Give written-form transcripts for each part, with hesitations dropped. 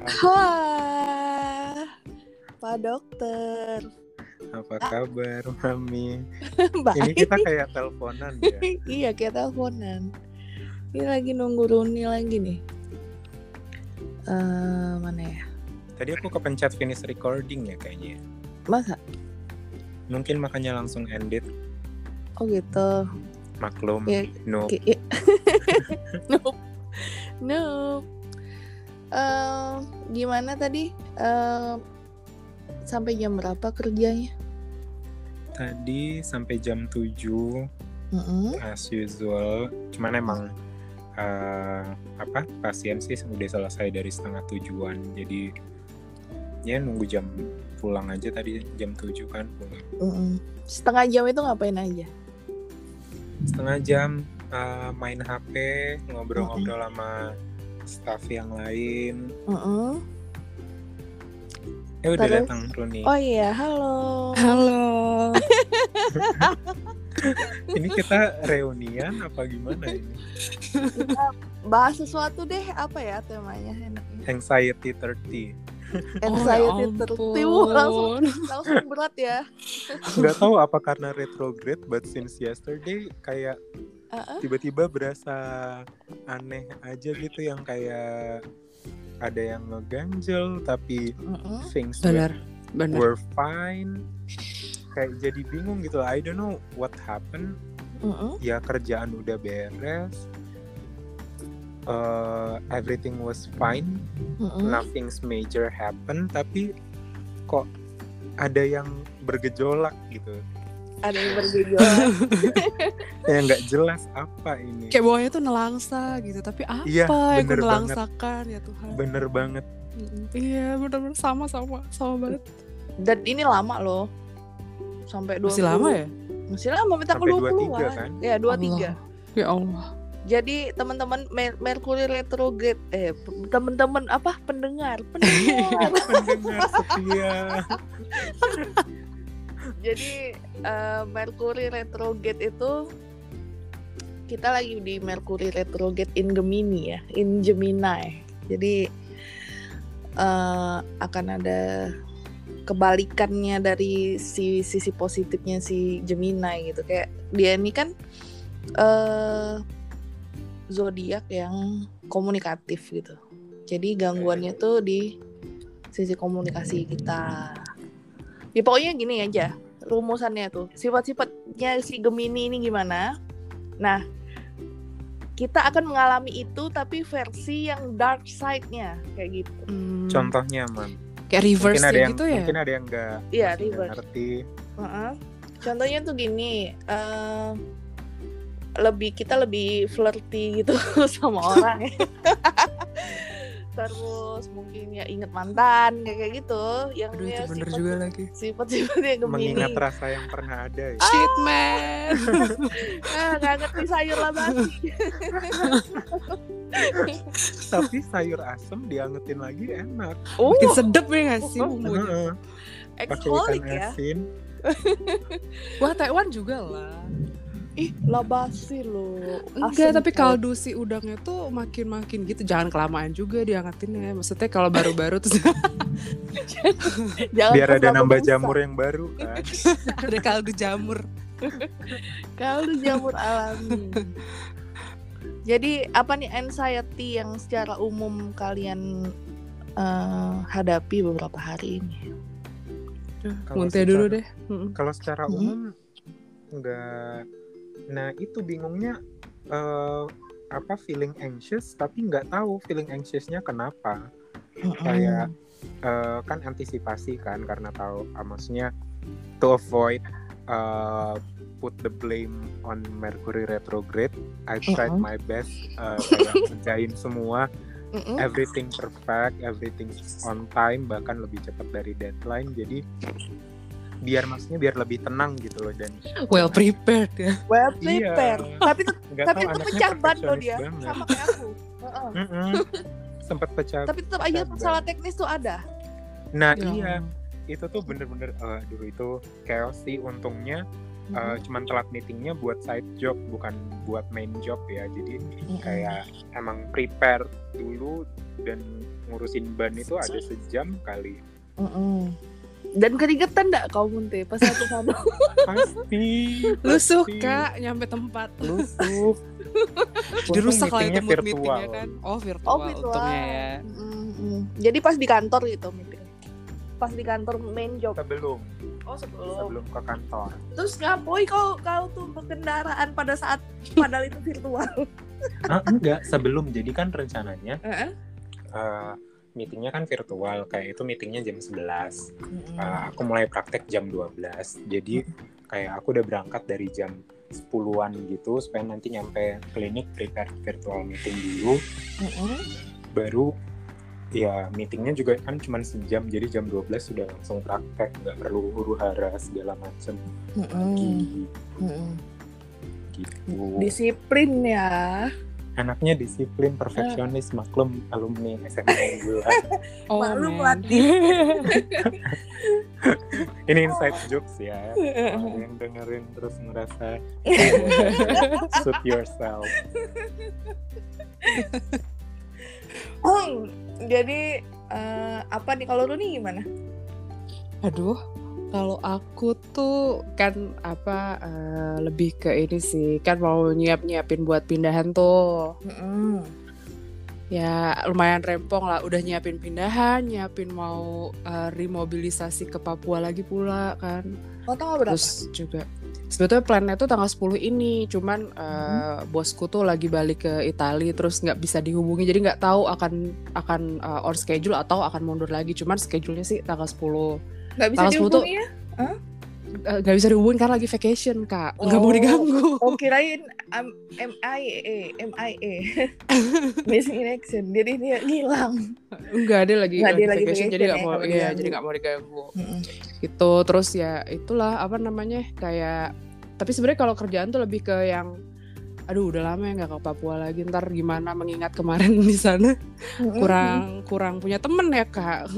Wah, Pak Dokter. Apa kabar, Mami? Baik. Ini kita kayak teleponan ya. Iya, kayak teleponan. Ini lagi nunggu Runi lagi nih. Mana ya? Tadi aku kepencet finish recording ya kayaknya. Masa? Mungkin makanya langsung ended. Oh gitu. Maklum. Ya, No. Nope. Gimana tadi? Sampai jam berapa kerjanya? Tadi sampai jam 7 as usual. Cuman emang pasien sih udah selesai dari 6:30-an. Jadi ya nunggu jam pulang aja, tadi jam 7 kan pulang. Setengah jam itu ngapain aja? Setengah jam main HP, ngobrol-ngobrol sama staff yang lain. Udah Terus? datang Runi. Oh iya, halo. Ini kita reunian apa gimana ini? Kita bahas sesuatu deh, apa ya temanya enaknya? Anxiety 30. Anxiety 30 langsung berat ya. Nggak tahu apa karena retrograde, but since yesterday kayak tiba-tiba berasa aneh aja gitu, yang kayak ada yang ngeganjel tapi things were fine. Kayak jadi bingung gitu. I don't know what happened. Ya kerjaan udah beres, everything was fine, nothing's major happen, tapi kok ada yang bergejolak gitu. Ada yang bergejolak. Yang nggak jelas apa ini. Kayak bawahnya tuh nelangsa gitu, tapi apa iya, yang ku nelangsakan ya Tuhan. Bener banget. Iya, bener-bener sama banget. Dan ini lama loh. Sampai 20. Masih lama ya? Masih lama, minta ke Sampai 20-an. kan? Ya, 23. Ya Allah. Jadi teman-teman Mercury retrograde, teman-teman pendengar Pendengar setia. Jadi Mercury retrograde itu kita lagi di Mercury retrograde in Gemini ya, in Gemini. Jadi akan ada kebalikannya dari sisi positifnya si Gemini gitu. Kayak dia ini kan zodiak yang komunikatif gitu. Jadi gangguannya tuh di sisi komunikasi kita. Ya pokoknya gini aja rumusannya tuh. Sifat-sifatnya si Gemini ini gimana? Nah, kita akan mengalami itu tapi versi yang dark side-nya kayak gitu. Contohnya, Mam. Kayak reverse gitu ya? Mungkin ada yang nggak ngerti. Contohnya tuh gini, kita lebih flirty gitu sama orang. Terus mungkin ya inget mantan kayak gitu. Yang aduh, ya itu bener juga lagi. Sifat-sifatnya Gemini. Mengingat rasa yang pernah ada ya. Shit man. Gak ngerti sayur lah basi. Tapi sayur asem diangetin lagi enak. Makin sedep ya gak sih bumbunya? Exholic Pakai ikan ya. asin. Wah, Taiwan juga lah. Ih, lah basi loh. Enggak, tapi kaldu si udangnya tuh makin gitu. Jangan kelamaan juga diangetinnya. Maksudnya kalau baru-baru terus biar ada nambah jamur yang baru kan. ada kaldu jamur. Kaldu jamur alami. Jadi apa nih anxiety yang secara umum kalian hadapi beberapa hari ini? Muntah dulu deh. Kalau secara umum enggak. Nah itu bingungnya, feeling anxious tapi nggak tahu feeling anxiousnya kenapa. Kayak kan antisipasi kan, karena tahu maksudnya to avoid put the blame on Mercury retrograde. I tried my best kayak ngerjain semua, everything perfect, everything on time, bahkan lebih cepat dari deadline. Jadi biar lebih tenang gitu loh, dan well prepared ya. Well prepared. Iya. Tapi itu pecah ban loh dia banget. Sama kayak aku. Sempat pecah. Tapi tetap aja masalah teknis tuh ada. Nah iya, itu tuh bener-bener itu chaos sih. Untungnya cuman telat meetingnya buat side job, bukan buat main job ya. Jadi kayak emang prepare dulu dan ngurusin ban itu ada sejam kali. Dan keringetan enggak kau Munte pas satu sana? Pasti. Lu suka nyampe tempat. Lusuh. Jadi rusak lah itu mood virtual. meetingnya kan. Oh virtual untungnya ya. Jadi pas di kantor gitu meeting. Pas di kantor main job. Sebelum Sebelum ke kantor. Terus ngapoi kau tuh berkendaraan pada saat padahal itu virtual? Enggak, sebelum. Jadi kan rencananya meetingnya kan virtual, kayak itu meetingnya jam 11. Aku mulai praktek jam 12. Jadi kayak aku udah berangkat dari jam 10-an gitu supaya nanti nyampe klinik prepare virtual meeting dulu. Baru ya meetingnya juga kan cuma sejam, jadi jam 12 sudah langsung praktek, nggak perlu huru-hara segala macam lagi. Gitu. Disiplin ya. Anaknya disiplin, perfeksionis, maklum alumni SMA Unggulan. Oh, Maklum man. Ini inside jokes ya. Yang dengerin terus ngerasa suit yourself. Jadi apa nih kalau lu nih gimana? Aduh, kalau aku tuh kan lebih ke ini sih, kan mau nyiapin buat pindahan tuh. Ya lumayan rempong lah, udah nyiapin pindahan, nyiapin mau remobilisasi ke Papua lagi pula kan. Tanggal berapa? Terus juga sebetulnya plannya tuh tanggal 10 ini, cuman bosku tuh lagi balik ke Italia, terus nggak bisa dihubungi, jadi nggak tahu akan on schedule atau akan mundur lagi. Cuman schedule-nya sih tanggal 10. Nggak bisa dihubungi ya? Nggak bisa dihubungin karena lagi vacation kak, nggak mau diganggu. Oh kirain MIA missing in action, jadi dia ngilang. Enggak, dia lagi vacation, jadi nggak ya, mau, jadi nggak mau diganggu. Gitu. Terus ya itulah kayak, tapi sebenarnya kalau kerjaan tuh lebih ke yang aduh udah lama ya nggak ke Papua lagi, ntar gimana mengingat kemarin di sana kurang punya temen ya kak.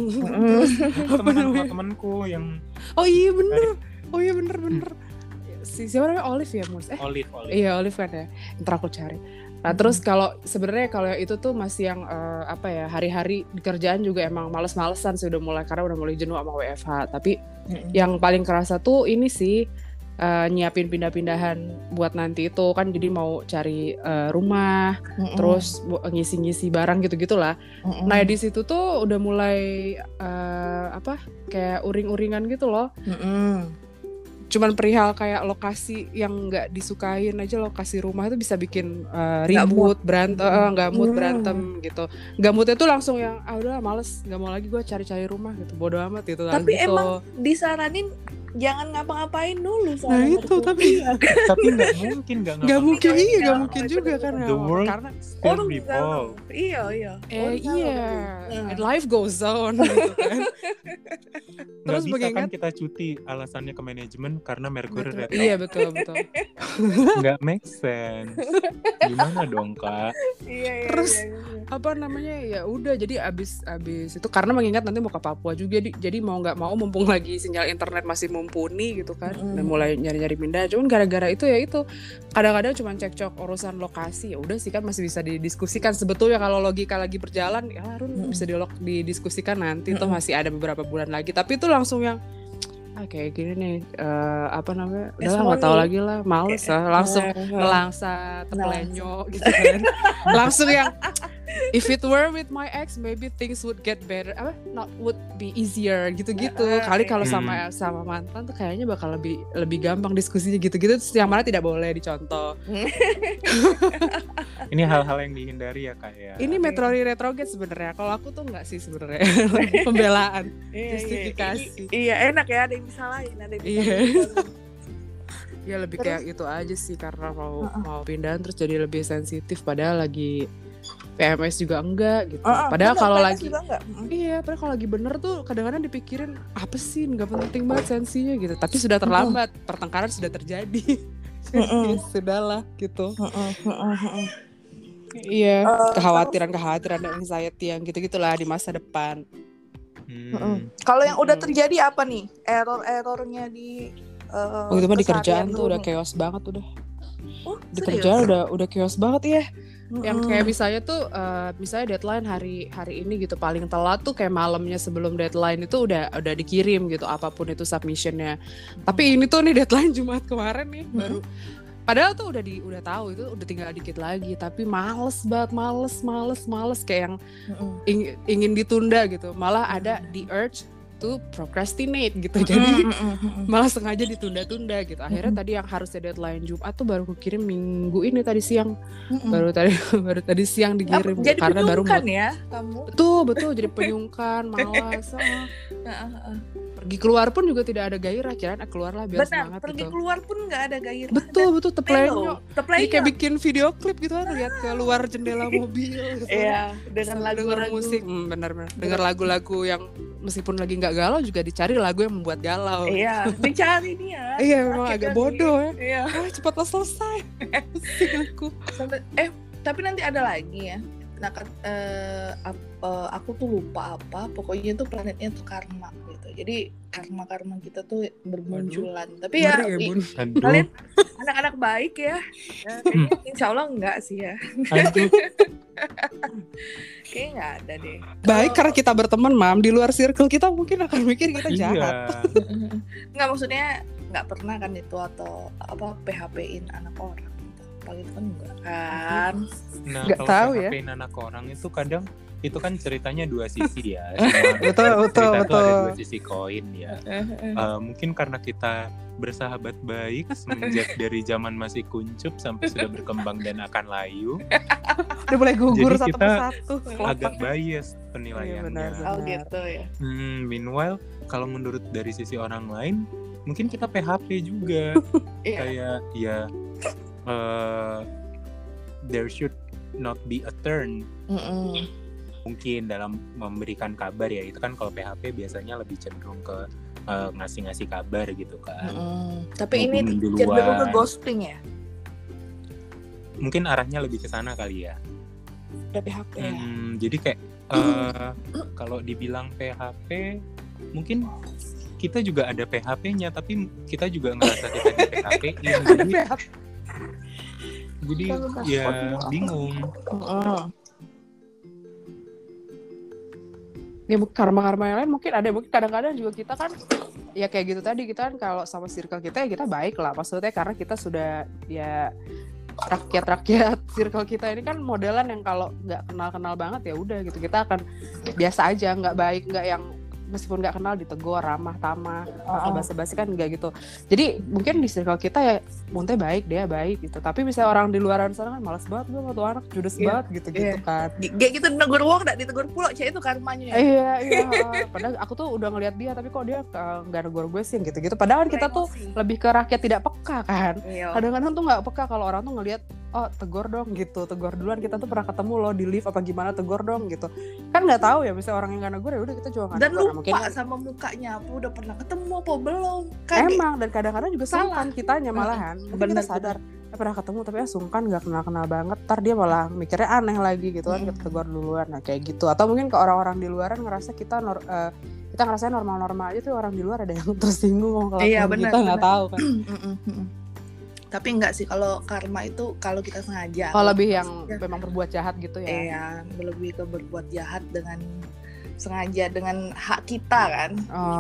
Temanku yang oh iya bener siapa namanya Olive ya Mus? Olive. Iya Olive kan ya, ntar aku cari. Nah terus kalau sebenarnya kalau itu tuh masih yang hari-hari di kerjaan juga emang males-malesan sih, udah mulai jenuh sama WFH. Tapi yang paling kerasa tuh ini sih nyiapin pindah-pindahan buat nanti itu kan, jadi mau cari rumah, terus ngisi-ngisi barang gitu-gitulah. Nah di situ tuh udah mulai kayak uring-uringan gitu loh. Cuman perihal kayak lokasi yang nggak disukain aja, lokasi rumah itu bisa bikin ribut, berantem gitu. Nggak moodnya tuh langsung yang udah males, nggak mau lagi gue cari-cari rumah gitu, bodo amat gitu. Tapi gitu. Emang disaranin jangan ngapa-ngapain dulu. Nah itu tapi nggak mungkin juga kan. The world karena still revolve. Iya. Life goes on gitu kan. Terus mengingat kan kita cuti, alasannya ke manajemen karena Mercury retro. Iya betul. Nggak make sense. Gimana dong kak? Iya. Terus ya udah, jadi abis itu karena mengingat nanti mau ke Papua juga, jadi mau nggak mau mumpung lagi sinyal internet masih mumpuni gitu kan, dan mulai nyari-nyari pindah. Cuman gara-gara itu kadang-kadang cuma cekcok urusan lokasi, ya udah sih kan masih bisa didiskusikan sebetulnya kalau logika lagi berjalan ya bisa didiskusikan nanti tuh masih ada beberapa bulan lagi. Tapi itu langsung yang kayak gini nih udahlah nggak tahu lagi lah, males langsung ngelangsa teplenyo gitu kan. Langsung yang if it were with my ex maybe things would get better, would be easier gitu-gitu. Kali kalau sama mantan tuh kayaknya bakal lebih gampang diskusinya gitu-gitu. Terus yang mana tidak boleh dicontoh. Ini hal-hal yang dihindari ya kak ya. Ini Metrori retrograde sebenarnya. Kalau aku tuh nggak sih sebenarnya. Pembelaan, justifikasi. Iya enak ya, ada yang disalahin, ada yang ya lebih kayak itu aja sih, karena mau pindahan terus jadi lebih sensitif, padahal lagi PMS juga enggak gitu. Padahal kalau lagi padahal kalau lagi bener tuh kadang-kadang dipikirin apa sih, nggak penting banget sensinya gitu. Tapi sudah terlambat, pertengkaran sudah terjadi. Sudahlah gitu. Iya, kekhawatiran dan anxiety yang gitu-gitulah di masa depan. Kalau yang udah terjadi apa nih? Error-errornya di itu mah di kerjaan tuh udah chaos banget udah. Di kerjaan udah chaos banget ya. Yang kayak misalnya tuh misalnya deadline hari ini gitu, paling telat tuh kayak malamnya sebelum deadline itu udah dikirim gitu apapun itu submissionnya. Tapi ini tuh nih deadline Jumat kemarin nih baru, padahal tuh udah tahu itu udah tinggal dikit lagi, tapi males banget, males kayak yang ingin ditunda gitu, malah ada the urge to procrastinate gitu. Jadi malah sengaja ditunda-tunda gitu. Akhirnya tadi yang harusnya deadline Jumat tuh baru kukirim minggu ini tadi siang. Baru tadi siang dikirim jadi karena baru ya kamu. Betul jadi penyungkan, malas. Pergi keluar pun juga tidak ada gairah, kirain keluarlah biar semangat pergi gitu. keluar pun nggak ada gairah. Betul teplaynya. Jadi kayak bikin video klip gitu kan, lihat keluar jendela mobil gitu. Iya, dengan lagu-lagu musik, benar. Dengar lagu-lagu yang meskipun lagi nggak galau juga dicari lagu yang membuat galau. Iya, dicari dia. Iya, memang agak bodoh ya. Iya. Cepatlah selesai. Pusing aku. Tapi nanti ada lagi ya. Nah, aku tuh lupa apa. Pokoknya tuh planetnya tuh karma gitu. Jadi karma kita tuh bermunculan. Tapi ya, kalian anak-anak baik ya. Kayaknya insya Allah enggak sih ya. Kayaknya nggak ada deh. Baik karena kita berteman, Mam. Di luar circle kita mungkin akan mikir kita jahat. Nggak, maksudnya nggak pernah kan itu atau apa PHP-in anak orang. Paling kan enggak kan. Nah, nggak kalau tahu ya. PHP-in anak orang itu kadang itu kan ceritanya dua sisi ya. Betul. Ada dua sisi koin ya. Mungkin karena kita bersahabat baik semenjak dari zaman masih kuncup sampai sudah berkembang dan akan layu. Udah mulai gugur jadi satu kita persatu. agak bias penilaiannya. Benar. Oh gitu ya. Meanwhile kalau menurut dari sisi orang lain mungkin kita PHP juga. Kayak ya there should not be a turn. Mungkin dalam memberikan kabar ya, itu kan kalau PHP biasanya lebih cenderung ke ngasih kabar gitu kan. Tapi ini cenderung ke ghosting ya? Mungkin arahnya lebih ke sana kali ya. Udah PHP ya? Jadi kayak kalau dibilang PHP mungkin kita juga ada PHP-nya, tapi kita juga ngerasa kita di PHP-in. Jadi ya bingung. Ya karma yang lain mungkin ada, mungkin kadang-kadang juga kita kan ya kayak gitu tadi, kita kan kalau sama circle kita ya kita baik lah, maksudnya karena kita sudah ya rakyat circle kita ini kan modelan yang kalau nggak kenal banget ya udah gitu, kita akan biasa aja, nggak baik, nggak yang meskipun nggak kenal ditegur ramah tamah, basa-basi kan nggak gitu. Jadi mungkin di circle kita ya Munte baik, dia baik gitu, tapi misalnya orang di luaran sana kan malas banget gue waktu anak judes banget gitu kan. Kayak gitu negur uang nggak ditegur pulau, itu karmanya. Iya. Padahal aku tuh udah ngeliat dia, tapi kok dia nggak negur gue sih gitu. Padahal kita tuh lebih ke rakyat tidak peka kan. Kadang-kadang tuh nggak peka kalau orang tuh ngeliat, oh tegur dong gitu, tegur duluan, kita tuh pernah ketemu loh di lift apa gimana, tegur dong gitu. Kan nggak tahu ya, misalnya orang yang nggak negur ya udah kita juga nggak negur. Dan lupa kan sama mukanya, apa udah pernah ketemu apa belum kan. Emang, dan kadang-kadang juga sungkan kitanya malahan. Kita sadar pernah ketemu tapi sungkan, nggak kenal banget, ntar dia malah mikirnya aneh lagi gitu kan, kita tegur duluan. Nah kayak gitu. Atau mungkin ke orang-orang di luaran ngerasa kita ngerasain normal-normal aja tuh, orang di luar ada yang tersinggung kalau kita nggak tahu kan. Tapi enggak sih, kalau karma itu kalau kita sengaja. Kalau lebih yang memang berbuat jahat gitu ya. Iya, lebih ke berbuat jahat dengan sengaja, dengan hak kita kan.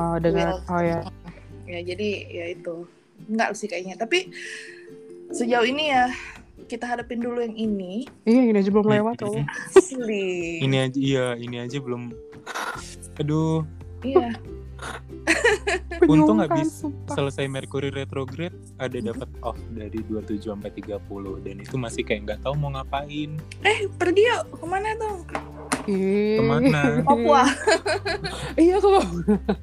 Ya jadi ya itu. Enggak sih kayaknya. Tapi sejauh ini ya kita hadapin dulu yang ini. Iya, ini aja belum lewat loh. Asli. Ini aja belum. Aduh. Iya. Untung habis selesai Mercury retrograde ada dapat off dari 27 sampai 30 dan itu masih kayak nggak tahu mau ngapain. Pergi yuk, kemana tuh? Kemana? Papua. Iya, ke Papua.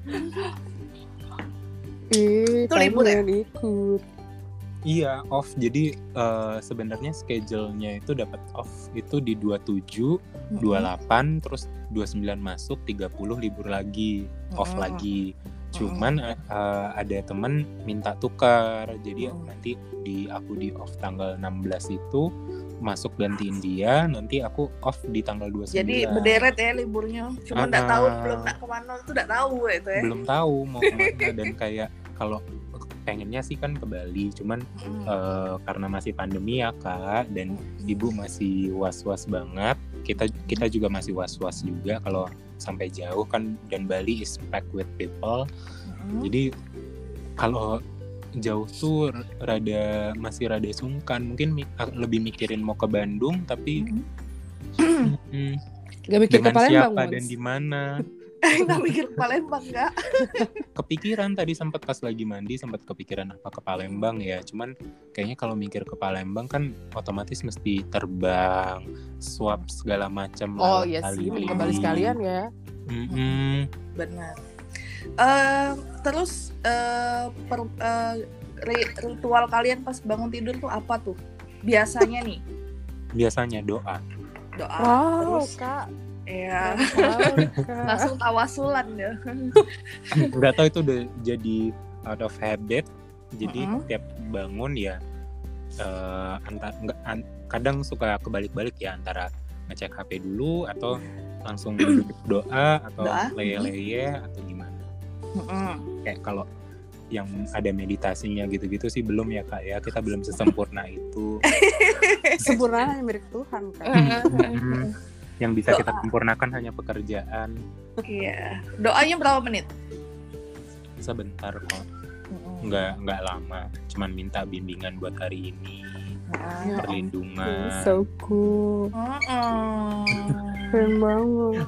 Itu libur ya? Ikut. Iya, off. Jadi sebenarnya schedule-nya itu dapat off itu di 27, 28, terus 29 masuk, 30 libur lagi, off lagi. Cuman ada temen minta tukar. Jadi nanti aku di off tanggal 16 itu masuk gantiin dia, nanti aku off di tanggal 29. Jadi berderet ya liburnya. Cuma belum nak kemana tuh enggak tahu itu ya. Belum tahu mau kemana dan kayak kalau pengennya sih kan ke Bali, cuman karena masih pandemi ya Kak, dan Ibu masih was-was banget. Kita juga masih was-was juga kalau sampai jauh kan, dan Bali is packed with people. Jadi kalau jauh tuh masih rada sungkan. Mungkin lebih mikirin mau ke Bandung, tapi Gak mikir ke dengan Palembang, siapa Mons. dan di mana. Nggak mikir ke Palembang nggak? Kepikiran tadi sempat pas lagi mandi sempat kepikiran apa ke Palembang ya. Cuman kayaknya kalau mikir ke Palembang kan otomatis mesti terbang, swab segala macam. Oh iya sih, mending ke Bali sekalian ya. Benar. Terus ritual kalian pas bangun tidur tuh apa tuh? Biasanya nih. Biasanya doa. Wow, Terus Kak. ya Wow, Kak. langsung tawasulan ya. Nggak tahu itu udah jadi out of habit. Jadi tiap bangun ya kadang suka kebalik-balik ya, antara ngecek HP dulu atau langsung duduk doa atau leye-leye atau gimana. Kayak kalau yang ada meditasinya gitu-gitu sih belum ya Kak ya, kita belum sesempurna itu. Sempurna hanya milik Tuhan, Kak. Yang bisa kita sempurnakan hanya pekerjaan. Iya. Doanya berapa menit? Sebentar kok. Nggak lama, cuman minta bimbingan buat hari ini, perlindungan. So cool. Keren banget.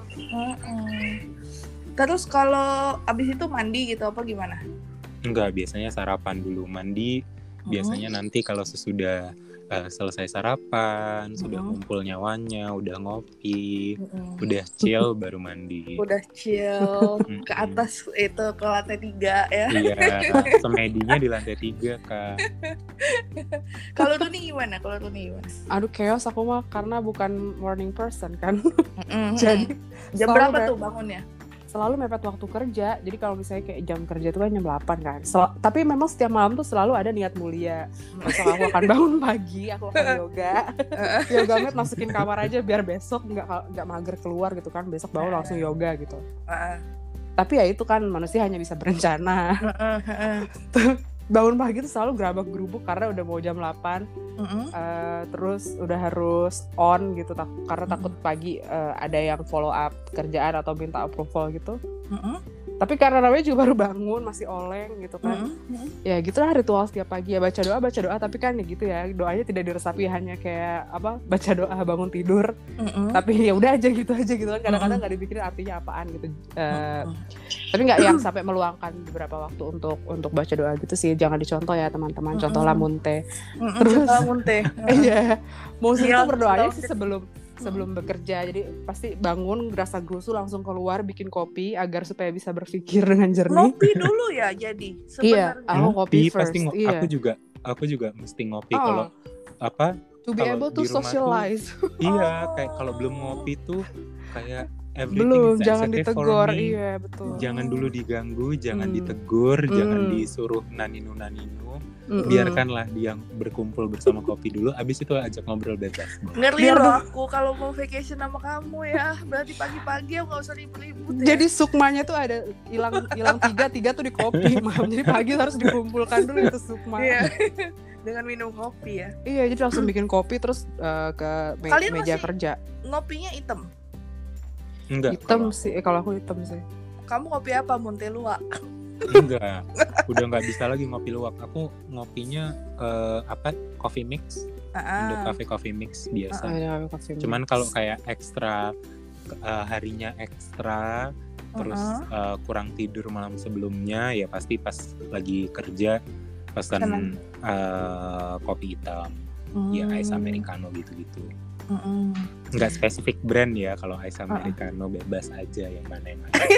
Terus kalau abis itu mandi gitu apa gimana? Enggak, biasanya sarapan dulu, mandi. Biasanya nanti kalau sesudah selesai sarapan, sudah ngumpul nyawanya, udah ngopi, udah chill baru mandi. Udah chill ke atas itu ke lantai 3 ya. Iya, semedinya di lantai 3 Kak. Kalau Runi gimana? Aduh, chaos aku mah karena bukan morning person kan. Jadi jam berapa tuh bangunnya? Selalu mepet waktu kerja. Jadi kalau misalnya kayak jam kerja itu kan jam 8 kan. Tapi memang setiap malam tuh selalu ada niat mulia. Besok aku akan bangun pagi, aku akan yoga. Yoga mat masukin kamar aja biar besok nggak mager keluar gitu kan. Besok bangun langsung yoga gitu. Tapi ya itu kan manusia hanya bisa berencana. Bangun pagi tuh selalu gerabak-gerubuk karena udah mau jam 8. Terus udah harus on gitu karena takut pagi ada yang follow up kerjaan atau minta approval gitu. Tapi karena namanya juga baru bangun, masih oleng gitu kan. Ya gitulah ritual setiap pagi ya, baca doa tapi kan ya gitu ya, doanya tidak diresapi hanya kayak apa, baca doa bangun tidur. Tapi ya udah aja gitu kan, kadang-kadang nggak dipikirin artinya apaan gitu. Tapi nggak yang sampai meluangkan beberapa waktu untuk baca doa gitu sih, jangan dicontoh ya teman-teman. Contohlah Munte. Terus Munte. Iya. Mau sih itu berdoanya sih sebelum bekerja, jadi pasti bangun gerasa gerusu langsung keluar bikin kopi agar supaya bisa berpikir dengan jernih. Ngopi dulu ya jadi Iya, sebenarnya. aku kopi first. Pasti Iya. Aku juga mesti ngopi kalau apa? To be able to socialize. Iya, kayak kalau belum ngopi tuh kayak everything belum, is jangan sensitive for ditegur. me. Iya betul. Jangan dulu diganggu, jangan ditegur, jangan disuruh naninu. Biarkanlah dia berkumpul bersama kopi dulu, abis itu ajak ngobrol bebas. Ngeri loh aku kalau mau vacation sama kamu ya, berarti pagi-pagi aku nggak usah ribut-ribut ya. Jadi sukmanya tuh ada hilang tiga tuh di kopi, Mam. Jadi pagi harus dikumpulkan dulu itu sukma. Iya. Dengan minum kopi ya. Iya, jadi langsung bikin kopi terus ke meja kerja. Ngopinya hitam? Enggak. Hitam sih, kalau aku hitam sih. Kamu kopi apa, Monte Luwak? Enggak, udah nggak bisa lagi ngopi luwak. Aku ngopinya coffee mix, Indo coffee mix biasa. Cuman kalau kayak ekstra harinya ekstra, terus kurang tidur malam sebelumnya, ya pasti pas lagi kerja pesan kopi hitam, ya ice americano gitu-gitu. Nggak spesifik brand ya, kalau ice americano bebas aja yang mana.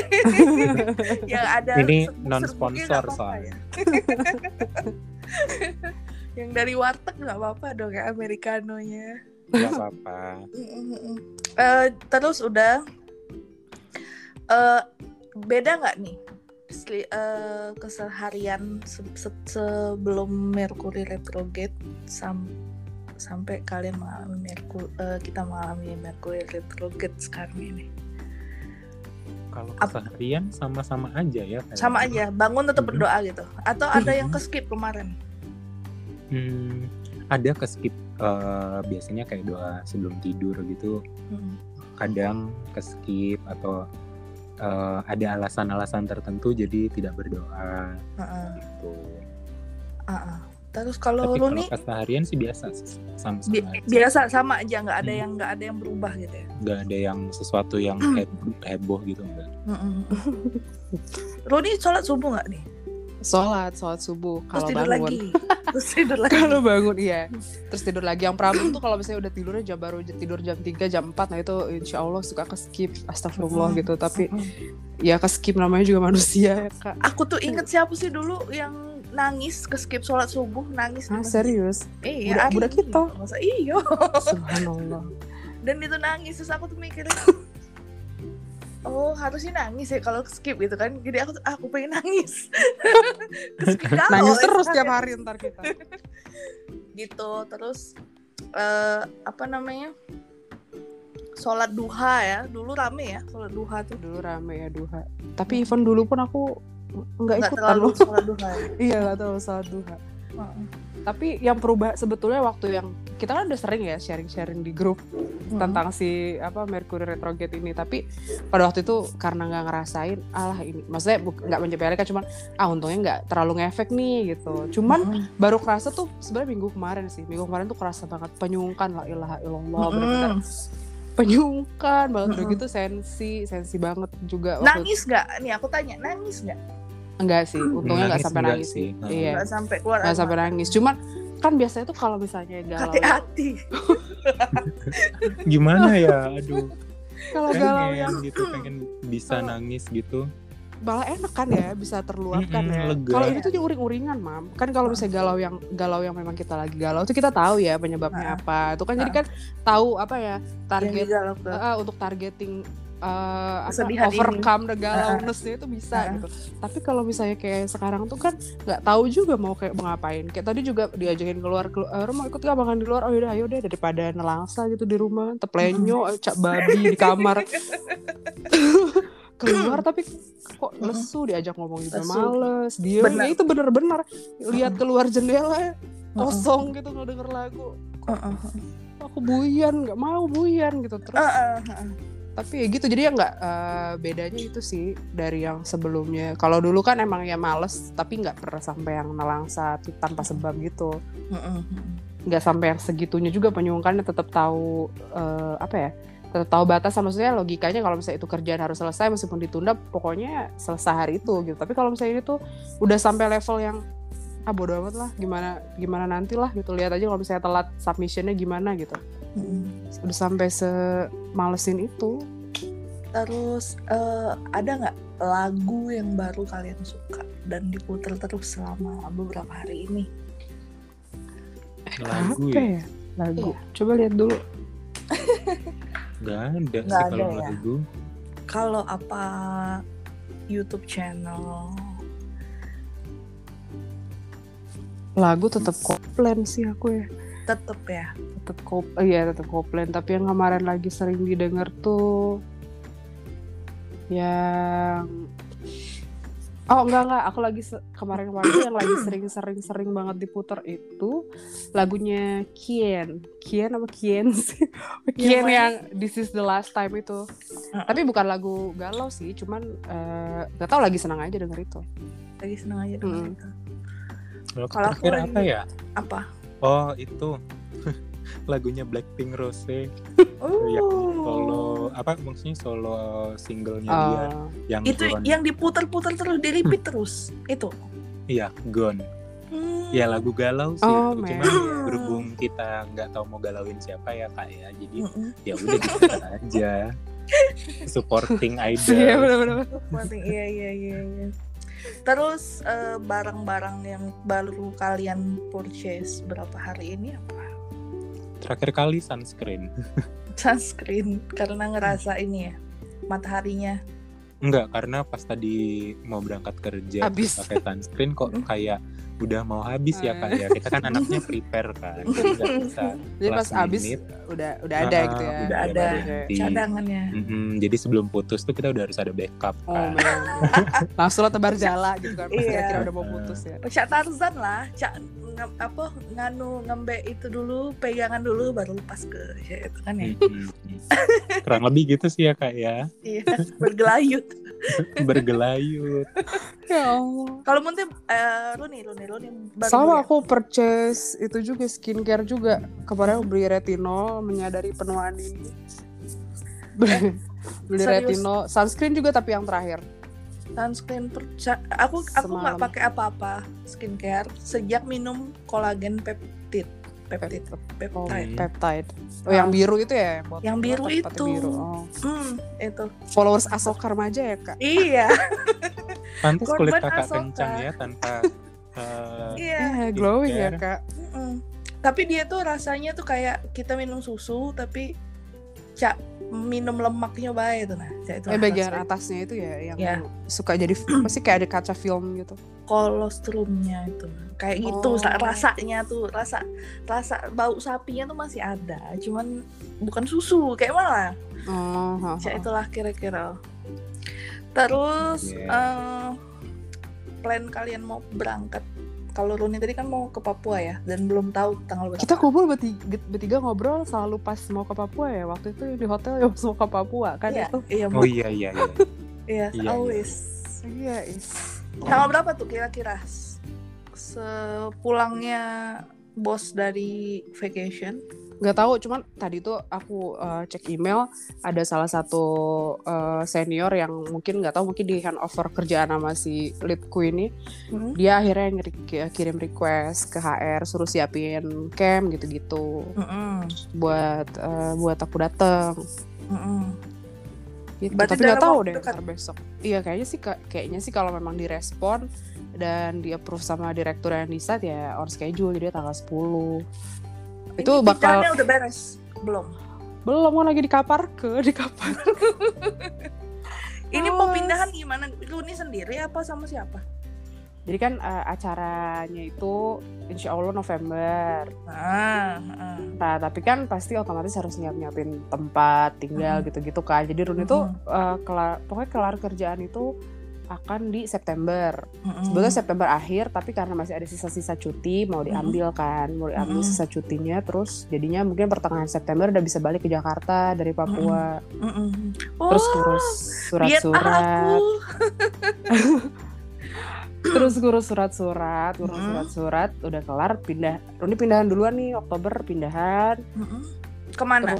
Yang ada ini non sponsor soalnya. Yang dari warteg nggak apa-apa dong ya americanonya. Nggak apa-apa. Terus udah beda nggak nih keseharian sebelum Mercury retrograde sampai kalian mengalami kita mengalami Mercury retrograde sekarang ini? Kalau keseharian sama-sama aja ya. Sama aja, bangun tetap berdoa gitu. Atau ada yang ke-skip kemarin? Ada ke-skip, biasanya kayak doa sebelum tidur gitu. Kadang ke-skip atau ada alasan-alasan tertentu jadi tidak berdoa gitu. Terus kalau Tapi lu kalau nih keseharian sih biasa sama-sama aja. biasa sama aja, nggak ada yang berubah gitu ya? Nggak ada yang sesuatu yang heboh gitu enggak. Lu nih sholat subuh nggak nih? Sholat subuh Terus kalau tidur bangun. lagi. Terus tidur lagi. Kalau bangun iya. Terus tidur lagi. Yang problem tuh kalau misalnya udah tidurnya baru tidur jam 3, jam 4, nah itu insya Allah suka ke-skip. Astagfirullah gitu. Tapi ya ke-skip namanya juga manusia ya, Kak. Aku tuh inget siapa sih dulu yang nangis ke-skip sholat subuh, nangis. Serius? Iya, budak kita. Masa iya. Subhanallah. Dan itu nangis, terus aku tuh mikirnya oh harusnya nangis ya kalau skip gitu kan. Jadi aku pengen nangis. Nangis terus tiap hari ntar kita. Gitu. Terus apa namanya, sholat duha ya. Dulu rame ya sholat duha tuh. Dulu rame ya duha. Tapi even dulu pun aku nggak ikutan terlalu loh sholat duha ya? Iya nggak terlalu sholat duha. Tapi yang berubah sebetulnya waktu yang kita kan udah sering ya sharing di grup tentang si Mercury retrograde ini. Tapi pada waktu itu karena nggak ngerasain ini, maksudnya nggak menyepelekan, cuman untungnya nggak terlalu ngefek nih gitu. Cuman baru kerasa tuh sebenarnya minggu kemarin tuh kerasa banget penyungkan, la ilaha illallah, benar-benar penyungkan banget. Udah gitu sensi banget juga. Nangis nggak nih, aku tanya, nangis nggak? Enggak sih, untungnya nggak sampai nangis sih. Iya, nggak sampai keluar, nggak sampai nangis. Cuman kan biasanya tuh kalau misalnya galau, hati-hati. Gimana ya, aduh. Kalau galau yang gitu, pengen bisa nangis gitu. Malah enak kan ya, bisa terluapkan ya. Lega. Kalau ini tuh uring-uringan, Mam. Kan kalau misalnya galau yang memang kita lagi galau tuh kita tahu ya penyebabnya apa. Itu kan jadi kan tahu target untuk targeting overcome the galau-ness-nya itu bisa gitu. Tapi kalau misalnya kayak sekarang tuh kan nggak tahu juga mau kayak ngapain. Kayak tadi juga diajakin keluar mau ikut nggak makan di luar? Oh yaudah daripada nelangsa gitu di rumah, teplenyo, cak babi di kamar. Keluar tapi kok lesu, diajak ngomong juga males, diemnya itu bener-bener lihat keluar jendela kosong gitu, nggak denger lagu. Aku nggak mau buyan gitu terus. Tapi ya gitu, jadi ya nggak bedanya itu sih dari yang sebelumnya. Kalau dulu kan emang ya males, tapi nggak pernah sampai yang nelangsa tanpa sebab gitu. Nggak sampai yang segitunya juga penyungkannya, tetap tahu tetap tahu batas. Maksudnya logikanya kalau misalnya itu kerjaan harus selesai meskipun ditunda, pokoknya selesai hari itu gitu. Tapi kalau misalnya ini tuh udah sampai level yang bodo amat lah, gimana nanti lah gitu. Lihat aja kalau misalnya telat submissionnya gimana gitu. Udah sampai semalesin itu. Terus ada nggak lagu yang baru kalian suka dan diputar terus selama beberapa hari ini? Lagu ya? Lagu. Coba lihat dulu. Gak ada sih kalau lagu. Kalau apa YouTube channel? Lagu tetap Coldplay sih aku ya. Tetap Coldplay. Tapi yang kemarin lagi sering didengar tuh yang enggak, aku lagi kemarin yang lagi sering banget diputar itu lagunya Kien sih. Kien yang This Is The Last Time itu. Tapi bukan lagu galau sih, cuman nggak tahu, lagi senang aja denger itu. Itu. Kalau terakhir apa ya? Apa? Oh itu lagunya Blackpink Rose. Yang solo singlenya dia yang itu Gone. Yang diputar-putar terus, di-repeat terus itu. Iya, Gone. Ya lagu galau sih. Cuma berhubung kita nggak tahu mau galauin siapa ya Kak ya, jadi ya udah diputar aja. Supporting idol. Iya benar-benar. Iya. Terus barang-barang yang baru kalian purchase berapa hari ini apa? Terakhir kali sunscreen karena ngerasa ini ya mataharinya. Enggak, karena pas tadi mau berangkat kerja pakai sunscreen kok kayak udah mau habis ya Kak ya. Kita kan anaknya prepare kan. Jadi nggak bisa Jadi pas last habis minute. udah ada gitu ya. Udah ada ganti. cadangannya. Jadi sebelum putus tuh kita udah harus ada backup Oh kan. man. Langsung lo tebar jala gitu kan pas Iya. kira-kira udah mau putus ya. Cak Tarzan lah, ngembe itu dulu, pegangan dulu baru lepas ke itu kan ya. Kurang lebih gitu sih ya Kak ya. Iya, bergelayut. Bergelayut. Ya Allah. Kalau Munte Runi baru Sama beli. aku purchase itu juga skincare juga. Kemarin beli retinol menyadari penuaan ini. Beli serius? retinol, sunscreen juga tapi yang terakhir. Sunscreen aku nggak Semalam. pakai apa-apa skincare sejak minum kolagen peptide. Oh, Hmm. peptide. Oh, yang biru itu ya? Yang biru Tempatnya itu. Biru. Oh. Itu. Followers Asoka remaja ya kak? Iya. Pantes kulit Korban Kakak Asoka. kencang ya tanpa Iya. Glowing ya skincare. kak? Tapi dia tuh rasanya tuh kayak kita minum susu tapi minum lemaknya baik itu nah. Itu Bagian rasanya. atasnya itu ya yang Ya. suka jadi pasti kayak ada kaca film gitu. Kolostrumnya itu kayak gitu Oh. rasanya tuh rasa bau sapinya tuh masih ada cuman bukan susu kayak mana ya itulah kira-kira terus Yeah. plan kalian mau berangkat kalau Runi tadi kan mau ke Papua ya dan belum tahu tanggal berapa. Kita kumpul bertiga ngobrol selalu pas mau ke Papua ya. Waktu itu di hotel ya pas mau ke Papua kan Iya, itu. iya, Oh iya. iya, Iya, always. Iya, Tanggal berapa tuh kira-kira? Sepulangnya bos dari vacation. nggak tahu, cuman tadi tuh aku cek email ada salah satu senior yang mungkin nggak tahu mungkin di handover kerjaan sama si leadku ini, dia akhirnya kirim request ke HR suruh siapin camp gitu-gitu buat aku dateng. Gitu. Berarti Tapi nggak dalam tahu waktu deh dekat. ntar besok. Iya kayaknya sih kalau memang direspon dan di approve sama direktur yang di site ya on schedule jadi tanggal 10. Itu Ini bakal pindahannya udah beres belum? belum kan lagi di kapar. Ini mau pindahan gimana? Runi sendiri apa sama siapa? Jadi kan acaranya itu insya Allah November. Nah tapi kan pasti otomatis harus nyiapin tempat tinggal gitu-gitu kan. Jadi Runi tuh pokoknya kelar kerjaan itu akan di September. Sebetulnya September akhir, tapi karena masih ada sisa-sisa cuti mau diambil kan, mau diambil sisa cutinya, terus jadinya mungkin pertengahan September udah bisa balik ke Jakarta dari Papua. Terus ngurus surat-surat, terus ngurus surat-surat, udah kelar pindah. Runi pindahan duluan nih, Oktober pindahan. Kemana?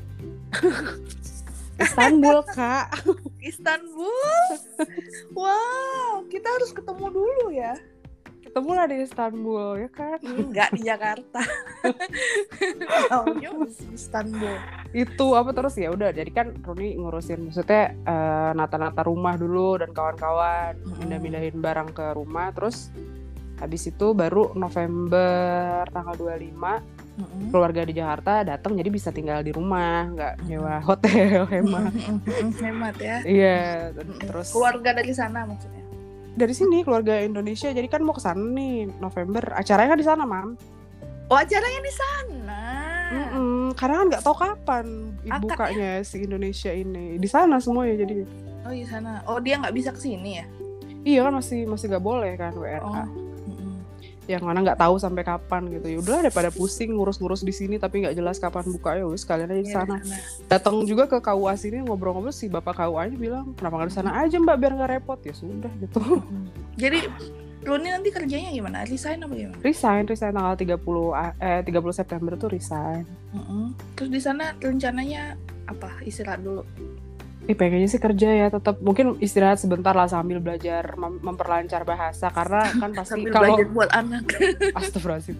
Istanbul kak. Istanbul. Wow, kita harus ketemu dulu ya. Ketemulah di Istanbul ya kan. Enggak di Jakarta. Taunya di Istanbul. Itu apa terus ya udah jadi kan Runi ngurusin maksudnya nata-nata rumah dulu dan kawan-kawan pindah-pindahin barang ke rumah, terus habis itu baru November tanggal 25 keluarga di Jakarta datang jadi bisa tinggal di rumah nggak nyewa hotel. Hemat ya. Iya terus Keluarga dari sana maksudnya. dari sini keluarga Indonesia jadi kan mau ke sana nih November, acaranya kan di sana Mam. Oh acaranya di sana. Karena kan nggak tahu kapan bukanya si Indonesia ini di sana semuanya jadi. Oh di sana. Oh dia nggak bisa kesini ya? Iya kan masih nggak boleh kan WNA. Yang mana nggak tahu sampai kapan gitu. Ya udah daripada pusing ngurus-ngurus di sini tapi nggak jelas kapan buka, ya udah sekalian aja di sana. Datang juga ke KUA sini ngobrol-ngobrol, si bapak KUA-nya bilang kenapa nggak di sana aja Mbak biar nggak repot. Ya sudah gitu. Jadi Runi nanti kerjanya gimana? Resign apa gimana? Resign tanggal 30 September tuh resign. Terus di sana rencananya apa? Istirahat dulu. Pengennya sih kerja ya, tetap mungkin istirahat sebentar lah sambil belajar memperlancar bahasa karena kan pasti Sambil kalau belajar buat anak. Astagfirullahaladzim.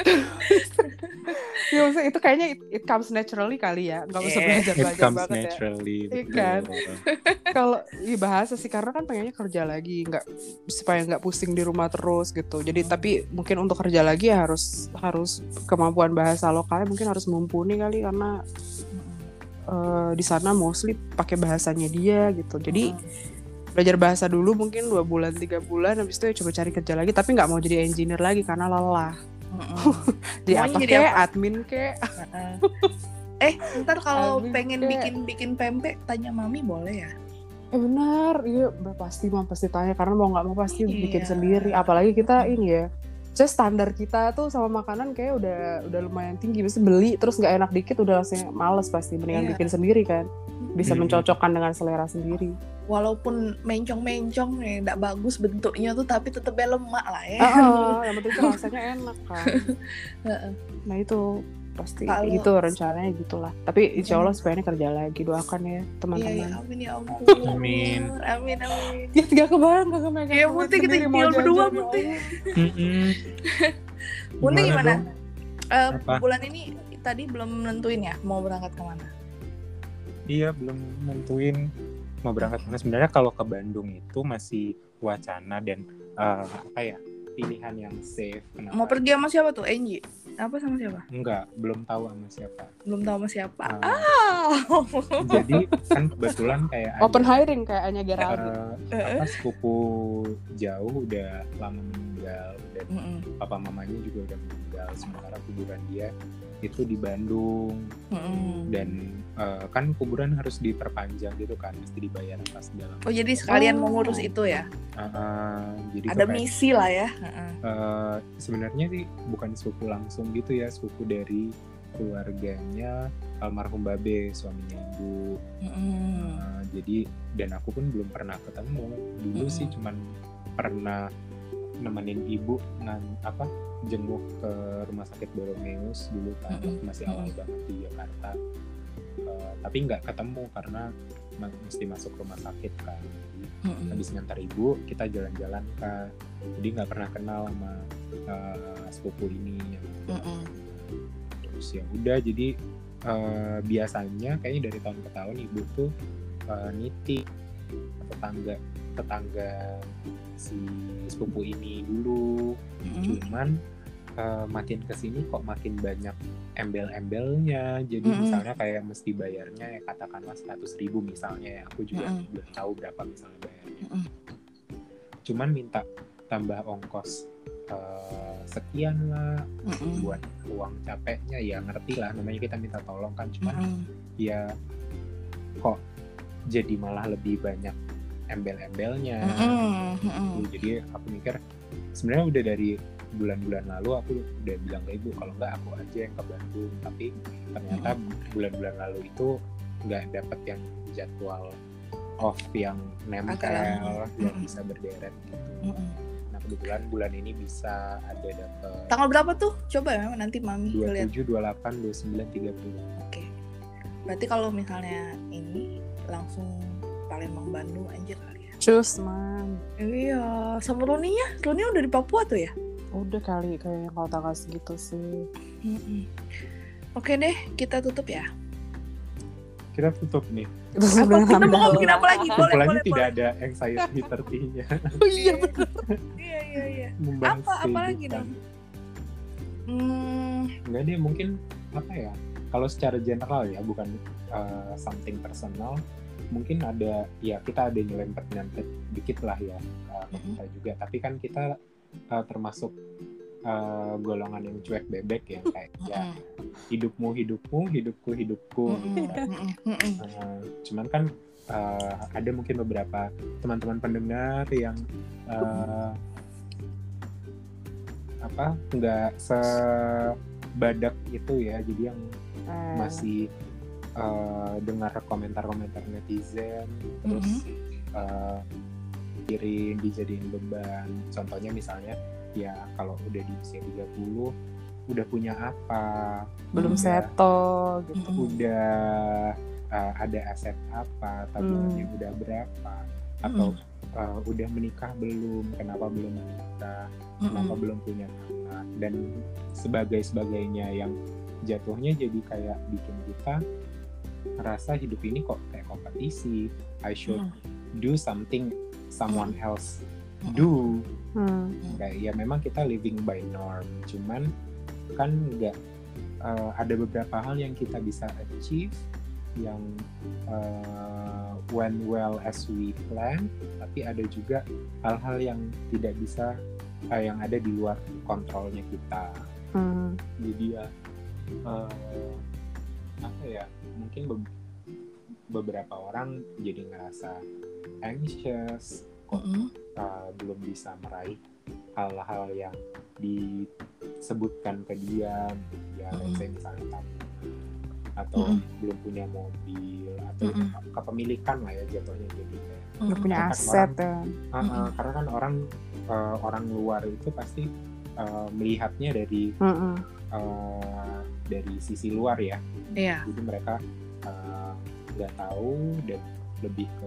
Ya maksudnya itu kayaknya it comes naturally kali ya, nggak usah belajar It comes banget naturally. Iya kan? Kalau bahasa sih karena kan pengennya kerja lagi, nggak supaya nggak pusing di rumah terus gitu. Jadi tapi mungkin untuk kerja lagi ya harus kemampuan bahasa lokalnya mungkin harus mumpuni kali karena di sana mostly pakai bahasanya dia gitu. Jadi belajar bahasa dulu mungkin 2 bulan 3 bulan, habis itu ya coba cari kerja lagi, tapi nggak mau jadi engineer lagi karena lelah. Jadi Maunya apa jadi kek, apa? admin kek. Ntar kalau Admin pengen kek. bikin pempek tanya mami boleh ya? Benar, iya pasti tanya karena mau nggak mau pasti bikin Iya. sendiri. Apalagi kita ini ya, standar kita tuh sama makanan kayak udah lumayan tinggi. Mesti beli terus nggak enak dikit udah langsung males pasti. Mendingan Iya. bikin sendiri kan, bisa mencocokkan dengan selera sendiri. Walaupun mencong-mencong ya nggak bagus bentuknya tuh, tapi tetepnya lemak lah ya. Yang penting tuh rasanya enak kan. Nah itu pasti itu rencananya gitulah. Tapi insya Allah sebenarnya kerja lagi, doakan ya teman-teman. Iya, amin ya Allah. Amin. Amin. Ya gak kebayang megang. Ya Munti kita tinggal berdua Munti. Munti gimana? Bulan ini tadi belum nentuin ya mau berangkat kemana? Iya, belum nentuin mau berangkat kemana. Sebenarnya kalau ke Bandung itu masih wacana dan pilihan yang safe. Kenapa? Mau pergi sama siapa tuh? Angie? Apa sama siapa? Enggak, belum tahu sama siapa. Belum tahu sama siapa. Jadi kan kebetulan kayak open hiring kayaknya Geraldi. Sepupu jauh udah lama meninggal dan papa mamanya juga udah meninggal, sementara kuburan dia itu di Bandung. Dan kan kuburan harus diperpanjang gitu kan, mesti dibayar pas dalam. Oh jadi sekalian mau ngurus itu ya? Jadi ada misi lah ya. Sebenarnya sih bukan sepupu langsung gitu ya, sepupu dari keluarganya almarhum Babe, suaminya ibu. Jadi dan aku pun belum pernah ketemu dulu sih, cuman pernah nemenin ibu jenguk ke rumah sakit Boromeus dulu kan, masih awal banget di Jakarta. Tapi nggak ketemu karena mesti masuk rumah sakit kan. Habis ngantar ibu kita jalan-jalan kan, jadi nggak pernah kenal sama sepupu ini. Terus ya udah, jadi biasanya kayaknya dari tahun ke tahun ibu tuh nitip tetangga si sepupu ini dulu. Cuman makin kesini kok makin banyak embel-embelnya. Jadi misalnya kayak mesti bayarnya ya katakanlah 100.000 misalnya ya. Aku juga belum tahu berapa misalnya bayarnya. Cuman minta tambah ongkos sekian lah buat uang capeknya, ya ngerti lah namanya kita minta tolong kan. Cuman ya kok jadi malah lebih banyak embel-embelnya. Jadi aku mikir sebenarnya udah dari bulan-bulan lalu aku udah bilang ke ibu kalau nggak aku aja yang ke Bandung, tapi ternyata bulan-bulan lalu itu nggak dapet yang jadwal off yang nempel yang bisa berderet gitu. Nah kebetulan bulan ini bisa ada dapet. Tanggal berapa tuh? Coba ya nanti mami lihat. 27, 28, 29, 30. Oke. Berarti kalau misalnya ini langsung Palembang Bandung aja kali ya. Cus man. Iya, sama Runinya udah di Papua tuh ya? Udah kali kayaknya kalau tanggal segitu sih. Oke deh, kita tutup ya. Kita tutup nih. Kita mau ngomongin apa lagi? Kumpulannya tidak ada anxiety 30-nya. Oh iya benar. Iya. Membahas Apa lagi dong? Enggak deh, mungkin apa ya? Kalau secara general ya, bukan something personal, mungkin ada ya kita ada nyelempet dikit lah ya kita juga. Tapi kan kita termasuk golongan yang cuek bebek ya, kayak ya hidupku, hidupku. Cuman kan ada mungkin beberapa teman-teman pendengar yang nggak sebadak itu ya, jadi yang masih dengar komentar-komentar netizen terus dijadiin beban. Contohnya misalnya ya kalau udah di usia 30 udah punya apa, belum settle gitu, udah ada aset apa, tabungannya udah berapa, atau udah menikah belum, kenapa belum menikah, kenapa belum punya anak, dan sebagainya yang jatuhnya jadi kayak bikin kita ngerasa hidup ini kok kayak kompetisi. I should do something someone else do. Kayak ya memang kita living by norm, cuman kan nggak ada beberapa hal yang kita bisa achieve yang went well as we plan, tapi ada juga hal-hal yang tidak bisa yang ada di luar kontrolnya kita. Jadi ya apa ya, mungkin beberapa orang jadi ngerasa anxious kok belum bisa meraih hal-hal yang disebutkan ke dia, ya misalnya tabungan atau belum punya mobil atau kepemilikan lah ya jatuhnya, jadi Nggak punya aset karena kan orang luar itu pasti melihatnya dari sisi luar ya. Jadi mereka nggak tahu dan lebih ke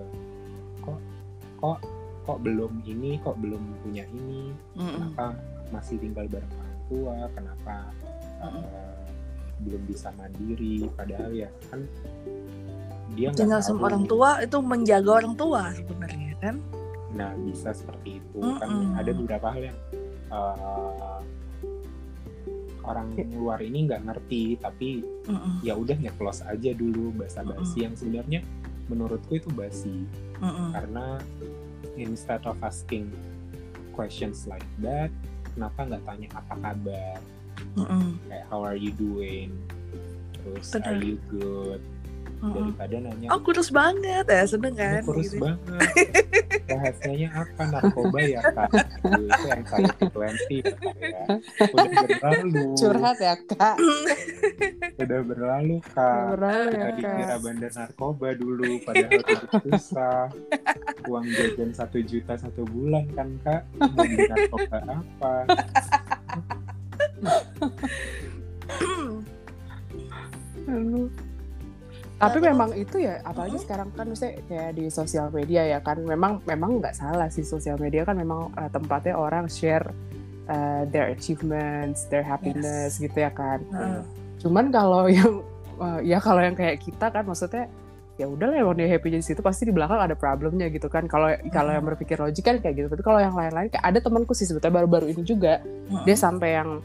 kok belum ini, kok belum punya ini, kenapa masih tinggal bareng orang tua, kenapa belum bisa mandiri, padahal ya kan dia tinggal sama orang tua itu menjaga orang tua sebenarnya kan. Nah bisa seperti itu kan. Ada beberapa hal yang orang luar ini nggak ngerti, tapi ya udah nge-close aja dulu basa-basi yang sebenarnya menurutku itu basi. Karena instead of asking questions like that, kenapa nggak tanya apa kabar, kayak how are you doing, terus are you good, daripada nanya kurus banget ya, seneng kan kurus gitu. Banget rahasianya apa, narkoba ya kak, itu yang saya 20 ya kak ya, udah berlalu, curhat ya kak, udah berlalu kak, kita dikira bandar narkoba dulu padahal itu susah, uang jajan 1 juta 1 bulan kan kak, mau beli narkoba apa. Tapi memang itu ya, apalagi sekarang kan misalnya kayak di sosial media ya kan, memang nggak salah sih, sosial media kan memang tempatnya orang share their achievements, their happiness gitu ya kan. Cuman kalau yang kalau yang kayak kita kan, maksudnya ya udahlah, emang dia happy di situ, pasti di belakang ada problemnya gitu kan. Kalau yang berpikir logik kan kayak gitu. Tapi kalau yang lain-lain, kayak ada temanku sih sebetulnya baru-baru ini juga, dia sampai yang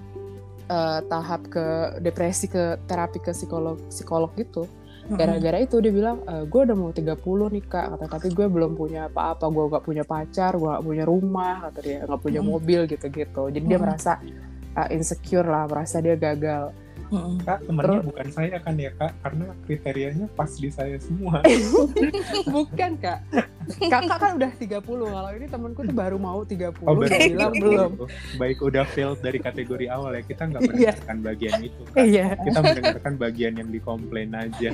tahap ke depresi, ke terapi ke psikolog gitu. Gara-gara itu dia bilang, gue udah mau 30 nih kak, tapi gue belum punya apa-apa, gue gak punya pacar, gue gak punya rumah, kata dia, gak punya mobil gitu-gitu. Jadi dia merasa insecure lah, merasa dia gagal. Kak, temannya bukan saya kan ya kak, karena kriterianya pas di saya semua. Bukan kak, kakak kan udah 30, kalau ini temanku tuh baru mau 30, dia bilang belum. Baik udah failed dari kategori awal ya, kita nggak mendengarkan bagian itu kan. Kita mendengarkan bagian yang dikomplain aja.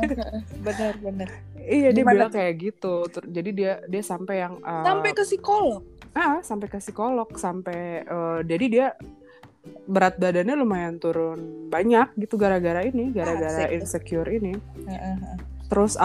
Benar. Iya, dia bilang kayak gitu. Jadi dia sampai yang sampai ke psikolog. Sampai ke psikolog, sampai jadi dia berat badannya lumayan turun banyak gitu gara-gara insecure ini. Terus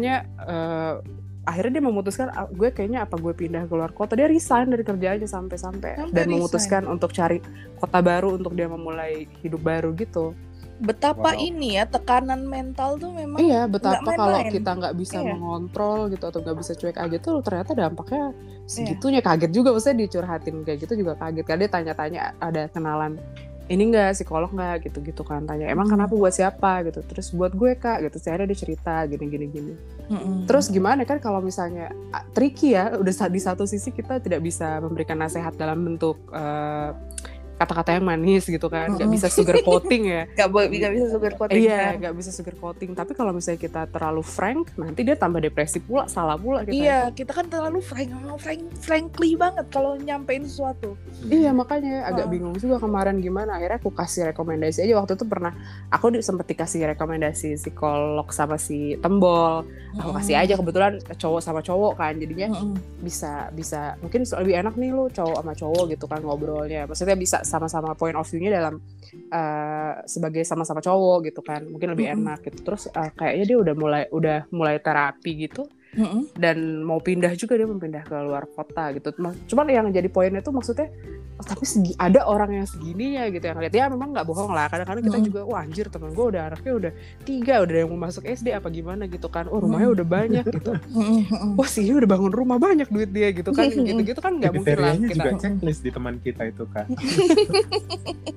akhirnya dia memutuskan, gue kayaknya gue pindah keluar kota. Dia resign dari kerjaannya sampai dan memutuskan untuk cari kota baru untuk dia memulai hidup baru gitu. Betapa ini ya, tekanan mental tuh memang. Iya, betapa kalau kita nggak bisa mengontrol gitu atau nggak bisa cuek aja tuh ternyata dampaknya segitunya. Kaget juga, maksudnya dicurhatin kayak gitu juga kaget. Karena dia tanya-tanya, ada kenalan ini nggak, psikolog nggak gitu kan, tanya emang kenapa, buat siapa gitu, terus buat gue kak gitu. Akhirnya dia cerita gini. Terus gimana kan kalau misalnya tricky ya, udah di satu sisi kita tidak bisa memberikan nasihat dalam bentuk kata-kata yang manis gitu kan, nggak bisa sugar coating ya. Nggak bisa sugar coating. Iya, nggak bisa sugar coating. Tapi kalau misalnya kita terlalu frank, nanti dia tambah depresi pula, salah pula kita. Iya, kita kan terlalu frankly banget kalau nyampein sesuatu. Iya, makanya agak bingung juga kemarin gimana. Akhirnya aku kasih rekomendasi aja. Waktu itu pernah aku sempat dikasih rekomendasi psikolog sama si Tembol. Aku kasih aja, kebetulan cowok sama cowok kan, jadinya bisa mungkin lebih enak nih lu cowok sama cowok gitu kan ngobrolnya. Maksudnya bisa sama-sama point of view-nya dalam sebagai sama-sama cowok gitu kan, mungkin lebih enak gitu. Terus kayaknya dia udah mulai terapi gitu, dan mau pindah juga, dia mau pindah ke luar kota gitu. Cuman yang jadi poinnya tuh maksudnya, tapi ada orang yang segininya gitu yang lihat. Ya memang nggak bohong lah, kadang-kadang kita juga, wah anjir temen gue udah anaknya udah 3, udah yang mau masuk SD apa gimana gitu kan, rumahnya udah banyak gitu. Wah sih udah bangun rumah, banyak duit dia gitu kan, gitu kan nggak mungkin lah kita. Juga checklist di teman kita itu kan.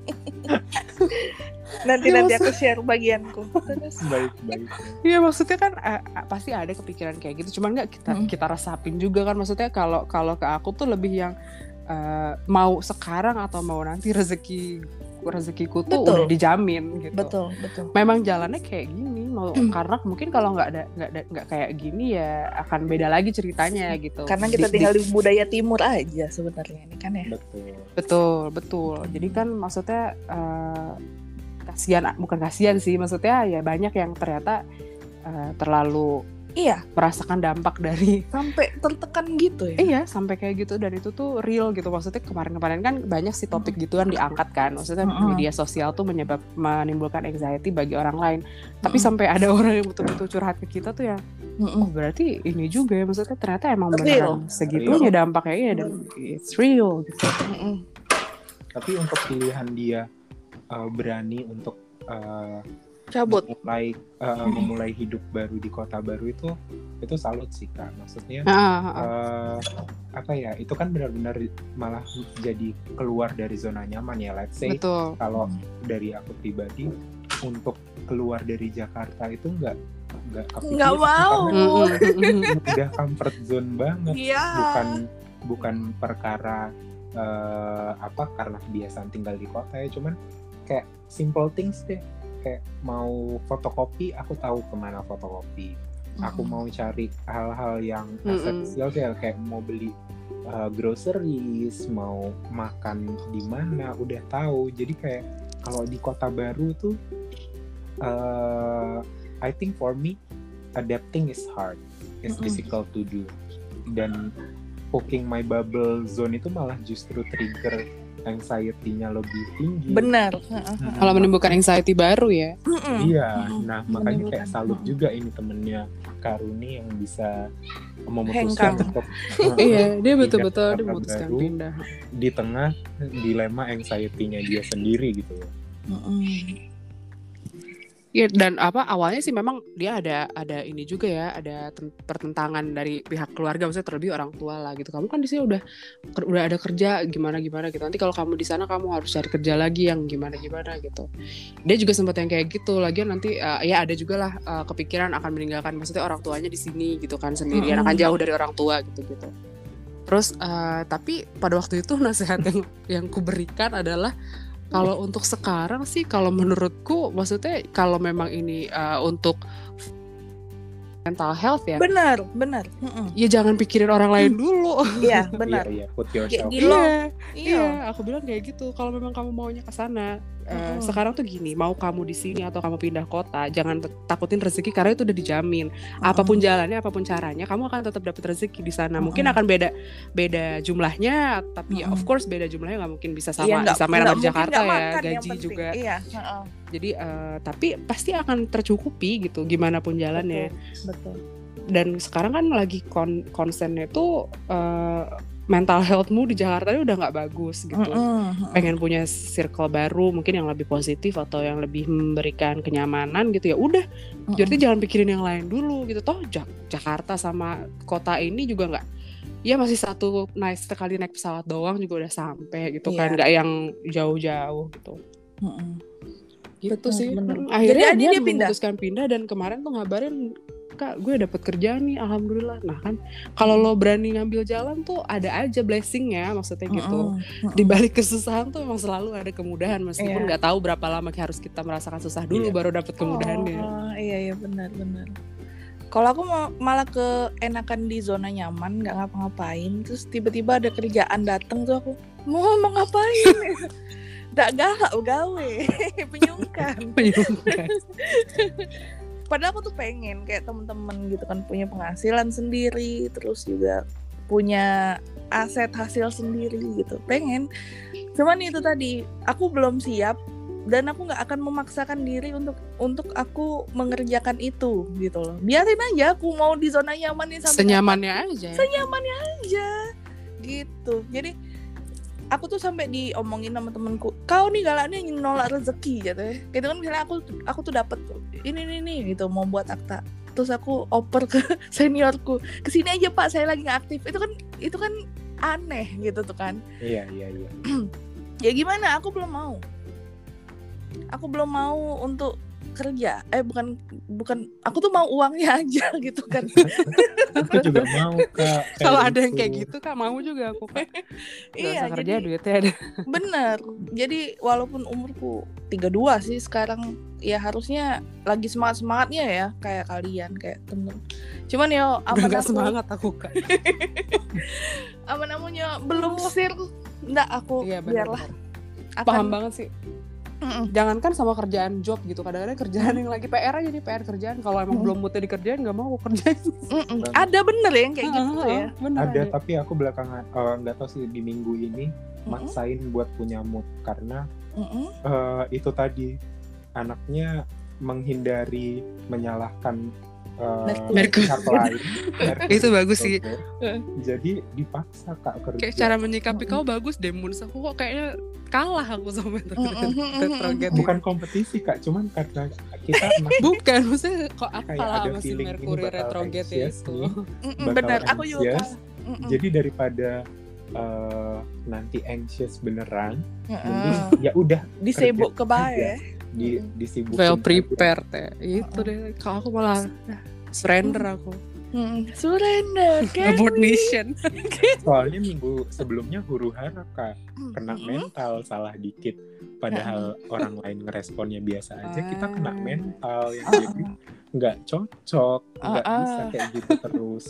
Nanti aku share bagianku. Terus Baik. Iya maksudnya kan pasti ada kepikiran kayak gitu, cuman nggak kita resapin juga kan. Maksudnya kalau ke aku tuh lebih yang mau sekarang atau mau nanti rezekiku tuh udah dijamin gitu. Betul. Memang jalannya kayak gini, karena mungkin kalau nggak kayak gini ya akan beda lagi ceritanya gitu. Karena kita tinggal di budaya timur aja sebenarnya ini kan ya. Betul. Jadi kan maksudnya bukan kasihan sih, maksudnya ya banyak yang ternyata terlalu merasakan dampak dari sampai tertekan gitu ya. Iya, sampai kayak gitu, dan itu tuh real gitu. Maksudnya kemarin kan banyak sih topik gituan diangkat kan. Maksudnya media sosial tuh menimbulkan anxiety bagi orang lain. Tapi sampai ada orang yang betul-betul curhat ke kita tuh ya. Oh, berarti ini juga ya, maksudnya ternyata emang beneran segitunya dampaknya ya, dan it's real gitu. Tapi untuk pilihan dia berani untuk cabut memulai hidup baru di kota baru itu salut sih Kak. Maksudnya apa ya, itu kan benar-benar malah jadi keluar dari zona nyaman ya. Let's say kalau dari aku pribadi untuk keluar dari Jakarta itu nggak mau, udah comfort zone banget. Bukan perkara karena kebiasaan tinggal di kota ya, cuman kayak simple things deh. Kayak mau fotokopi, aku tahu kemana fotokopi. Aku mau cari hal-hal yang esensial kayak mau beli groceries, mau makan di mana, udah tahu. Jadi kayak kalau di kota baru tuh, I think for me adapting is hard, it's difficult to do. Dan hooking my bubble zone itu malah justru trigger anxiety-nya lebih tinggi. Benar. Kalau menimbulkan anxiety baru ya. Iya, nah makanya kayak salut juga ini temennya Karuni yang bisa memutuskan untuk iya, dia betul-betul dia memutuskan pindah di tengah dilema anxiety-nya dia sendiri gitu loh. Iya, dan awalnya sih memang dia ada ini juga ya, ada pertentangan dari pihak keluarga, maksudnya terlebih orang tua lah gitu. Kamu kan di sini udah ada kerja gimana gitu. Nanti kalau kamu di sana kamu harus cari kerja lagi yang gimana gitu. Dia juga sempat yang kayak gitu. Lagian nanti ya ada juga lah kepikiran akan meninggalkan, maksudnya orang tuanya di sini gitu kan, sendirian akan jauh dari orang tua gitu. Terus tapi pada waktu itu nasihat yang kuberikan adalah kalau untuk sekarang sih, kalau menurutku, maksudnya kalau memang ini untuk mental health ya. Benar. Ya jangan pikirin orang lain dulu. Iya, benar. Iya, put yourself. Iya, aku bilang kayak gitu. Kalau memang kamu maunya ke sana, sekarang tuh gini, mau kamu di sini atau kamu pindah kota, jangan takutin rezeki karena itu udah dijamin. Apapun jalannya, apapun caranya, kamu akan tetap dapat rezeki di sana. Mungkin akan beda jumlahnya, tapi ya of course beda jumlahnya nggak mungkin bisa sama di Jakarta ya, gaji juga. Iya. Jadi tapi pasti akan tercukupi gitu, gimana pun jalannya. Betul. Dan sekarang kan lagi konsennya tuh mental healthmu di Jakarta ini udah nggak bagus gitu. Pengen punya circle baru mungkin yang lebih positif atau yang lebih memberikan kenyamanan gitu ya udah. Jadi jangan pikirin yang lain dulu gitu. Toh Jakarta sama kota ini juga nggak, ya masih sekali naik pesawat doang juga udah sampai gitu kan, nggak yang jauh-jauh gitu. Gitu betul, sih. Akhirnya dia memutuskan pindah dan kemarin tuh ngabarin, Kak, gue dapet kerjaan nih, alhamdulillah. Nah kan, kalau lo berani ngambil jalan tuh ada aja blessingnya, maksudnya gitu. Di balik kesusahan tuh emang selalu ada kemudahan, meskipun nggak tahu berapa lama harus kita merasakan susah dulu baru dapet kemudahannya. Iya benar. Kalau aku malah keenakan di zona nyaman, nggak ngapa-ngapain, terus tiba-tiba ada kerjaan datang tuh aku mau ngapain? Nggak gawe, penyungkan. Padahal aku tuh pengen kayak temen-temen gitu kan, punya penghasilan sendiri, terus juga punya aset hasil sendiri gitu, pengen. Cuman itu tadi, aku belum siap dan aku nggak akan memaksakan diri untuk aku mengerjakan itu gitu loh. Biarin aja aku mau di zona nyaman nih sampai senyamannya aja gitu. Jadi aku tuh sampai diomongin sama temenku, kau nih galaknya nolak rezeki gitu ya. Gitu kan, misalnya aku tuh dapet ini gitu, mau buat akta, terus aku oper ke seniorku, kesini aja Pak, saya lagi nggak aktif. Itu kan aneh gitu tuh kan. Iya. Ya gimana, aku belum mau. aku belum mau untuk kerja. Bukan aku tuh mau uangnya aja gitu kan. Aku juga mau Kak. Kalau ada yang kayak gitu Kak, mau juga aku Kak. Gak Iya, usah kerja, jadi duitnya ada. bener. Jadi walaupun umurku 32 sih sekarang, ya harusnya lagi semangat-semangatnya ya kayak kalian, kayak temen. Cuman ya Gak semangat aku Kak. namanya belum sir. Nggak, aku Iya biarlah. benar. Paham banget sih. Jangankan sama kerjaan job gitu, kadang-kadang kerjaan yang lagi PR aja nih, PR kerjaan. Kalau emang belum moodnya dikerjain, nggak mau aku kerjain. Ada bener ya yang kayak gitu ya. Bener ada, tapi aku belakangan nggak tahu sih di minggu ini maksain buat punya mood karena itu tadi anaknya menghindari menyalahkan Merkur. pihak lain. Itu bagus sih. Jadi dipaksa Kak kerja. Kayak cara menyikapi kau bagus deh, Mun. Aku kok kayaknya kalah aku sama retrograde. Bukan kompetisi Kak, cuman karena kita Bukan, maksudnya kok aku kayak kalah ada sama si feeling ini Mercury bakal retrograde anxious itu. nih. Bener, aku juga. Anxious. Jadi daripada nanti anxious beneran, mending ya udah disibuk kerja kebaik aja. ya. Disibukin Well aja. prepared ya. Itu deh. Kalau aku malah surrender aku. Surrender kan. Abort mission. Soalnya minggu sebelumnya huru hara Kak, kena mental salah dikit. Padahal orang lain ngeresponnya biasa aja, kita kena mental yang jadi nggak cocok, nggak bisa kayak gitu terus.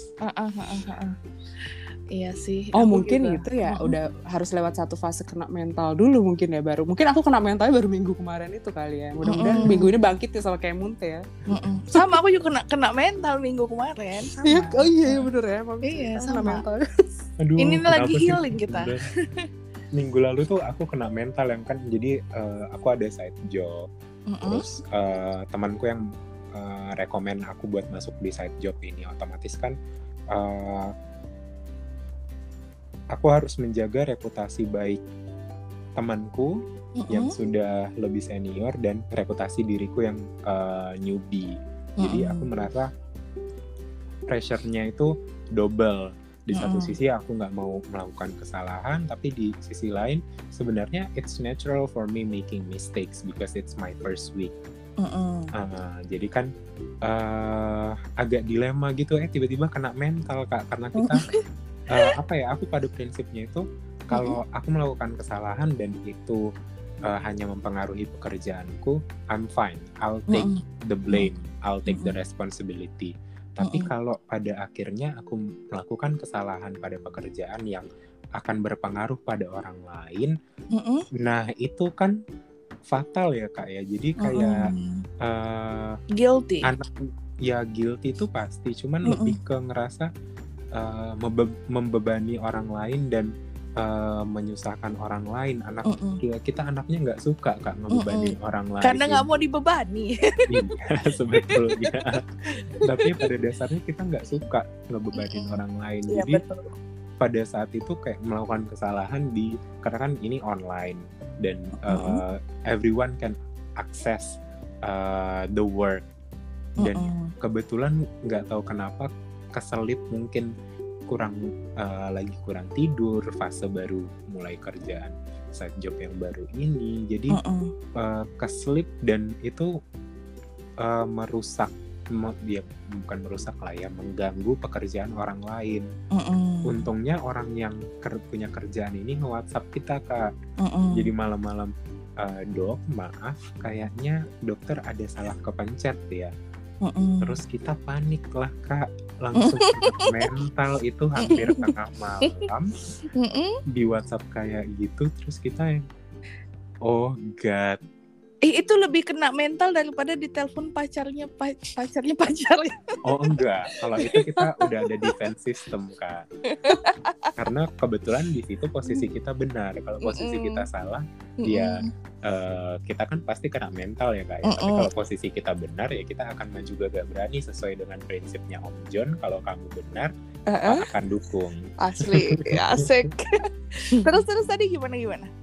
Iya sih. Oh aku mungkin juga. itu ya udah harus lewat satu fase kena mental dulu mungkin ya, baru. Mungkin aku kena mentalnya baru minggu kemarin itu kali ya. Mudah-mudahan minggu ini bangkit ya sama kayak Munte ya. Sama, aku juga kena mental minggu kemarin. Sama. Iya, oh iya bener ya. Iya, Kena sama. mental. Aduh, Ini kenapa lagi sih? healing kita. Minggu lalu tuh aku kena mental yang kan, jadi aku ada side job. Terus temanku yang rekomen aku buat masuk di side job ini, otomatis kan aku harus menjaga reputasi baik temanku yang sudah lebih senior dan reputasi diriku yang newbie. Jadi aku merasa pressure-nya itu double. Di satu sisi aku nggak mau melakukan kesalahan, tapi di sisi lain sebenarnya it's natural for me making mistakes because it's my first week. Jadi kan agak dilema gitu, tiba-tiba kena mental Kak, karena kita aku pada prinsipnya itu kalau aku melakukan kesalahan dan itu hanya mempengaruhi pekerjaanku, I'm fine, I'll take the blame, I'll take the responsibility. Tapi kalau pada akhirnya aku melakukan kesalahan pada pekerjaan yang akan berpengaruh pada orang lain, nah itu kan fatal ya Kak ya. Jadi kayak guilty. Guilty itu pasti, cuman lebih ke ngerasa membebani orang lain dan menyusahkan orang lain. Kita anaknya nggak suka Kak ngebebani orang lain karena nggak mau dibebani. Iya, sebetulnya. Tapi pada dasarnya kita nggak suka ngebebanin orang lain. Iya, Jadi betul. pada saat itu kayak melakukan kesalahan karena kan ini online dan everyone can access the work. Dan kebetulan nggak tahu kenapa keselip, mungkin lagi kurang tidur, fase baru mulai kerjaan side job yang baru ini, jadi keselip dan itu merusak, bukan merusak lah ya, mengganggu pekerjaan orang lain. Untungnya orang yang punya kerjaan ini nge-WhatsApp kita Kak, jadi malam-malam, dok maaf kayaknya dokter ada salah kepencet ya. Terus kita panik lah Kak, langsung mental itu hampir tengah malam di WhatsApp kayak gitu. Terus kita yang oh god, Itu lebih kena mental daripada ditelepon pacarnya. oh enggak, kalau itu kita udah ada defense system Kak, karena kebetulan di situ posisi kita benar. Kalau posisi kita salah ya kita kan pasti kena mental ya Kak ya. Tapi kalau posisi kita benar ya kita akan maju gak berani sesuai dengan prinsipnya Om John. Kalau kamu benar akan dukung. Asli, asik. Terus tadi gimana?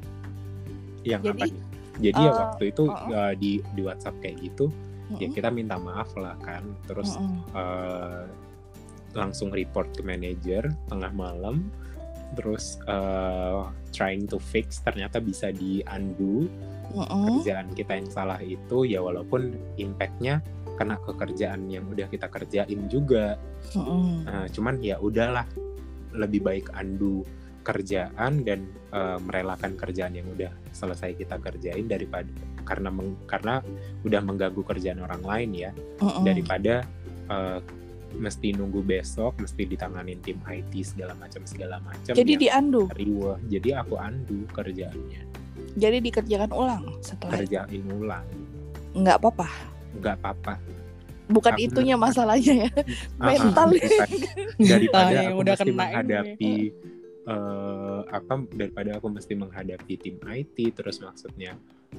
Yang apa nih? Jadi ya waktu itu di WhatsApp kayak gitu, ya kita minta maaf lah kan. Terus langsung report ke manajer tengah malam. terus trying to fix, ternyata bisa di undo kerjaan kita yang salah itu, ya walaupun impactnya kena ke kerjaan yang udah kita kerjain juga. Cuman ya udahlah, lebih baik undo kerjaan dan merelakan kerjaan yang udah selesai kita kerjain daripada karena udah mengganggu kerjaan orang lain ya, daripada mesti nunggu besok, mesti ditanganin tim IT segala macam. Jadi di undo. Jadi aku undo kerjaannya. Jadi dikerjakan ulang setelah kerjain ulang. Nggak apa-apa. Bukan aku itunya masalahnya ya, mental. Daripada aku mesti menghadapi daripada aku mesti menghadapi tim IT, terus maksudnya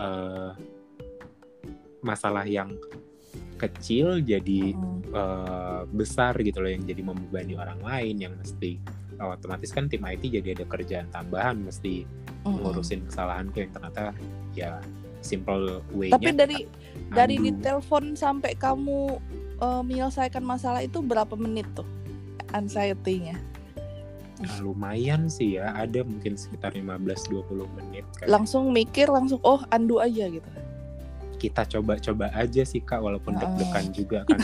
masalah yang kecil jadi besar gitu loh, yang jadi membebani orang lain, yang mesti otomatis kan tim IT jadi ada kerjaan tambahan, mesti ngurusin kesalahanku yang ternyata ya simple way-nya. Tapi dari ditelepon sampai kamu menyelesaikan masalah itu berapa menit tuh anxiety-nya? Lumayan sih ya, ada mungkin sekitar 15-20 menit kan. Langsung mikir, langsung undo aja gitu. Kita coba-coba aja sih Kak, walaupun deg-degan juga kan.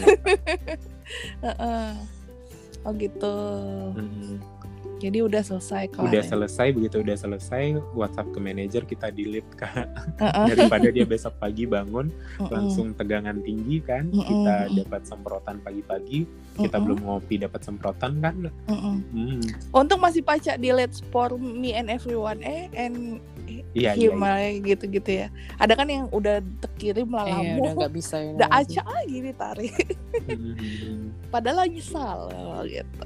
Oh gitu. Jadi udah selesai kok. Begitu udah selesai, WhatsApp ke manajer kita delete Kak. Daripada dia besok pagi bangun langsung tegangan tinggi kan. Kita dapat semprotan pagi-pagi, kita belum ngopi dapat semprotan kan. Untung masih pacak delete for me and everyone and him gitu-gitu ya. Ada kan yang udah terkirim lalamu, udah nggak bisa ya. Udah acak lagi ditarik. Padahal nyesal gitu.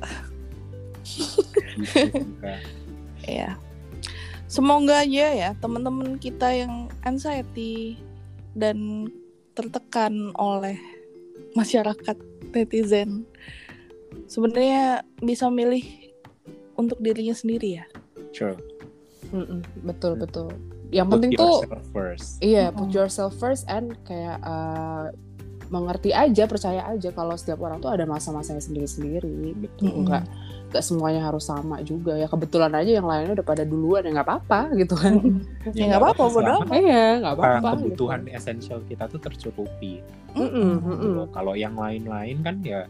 Ya, semoga aja ya teman-teman kita yang anxiety dan tertekan oleh masyarakat netizen sebenarnya bisa milih untuk dirinya sendiri ya. Sure. Betul. Yang penting tuh put yourself first and kayak mengerti aja, percaya aja kalau setiap orang tuh ada masa-masanya sendiri-sendiri. Betul. Nggak semuanya harus sama juga ya. Kebetulan aja yang lainnya udah pada duluan, ya nggak apa-apa gitu kan. Ya nggak apa-apa, bodoh amat. Iya, nggak apa-apa. Kebutuhan esensial kita tuh tercukupi. Kalau yang lain-lain kan ya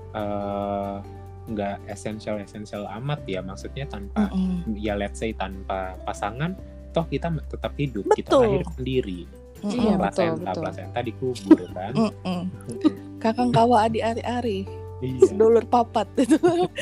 nggak esensial amat ya. Maksudnya tanpa ya let's say tanpa pasangan, toh kita tetap hidup. Betul. Kita lahir sendiri. Iya, Plasenta dikubur kan. Kakang kawa adi ari-ari. Iya. Sedulur papat itu.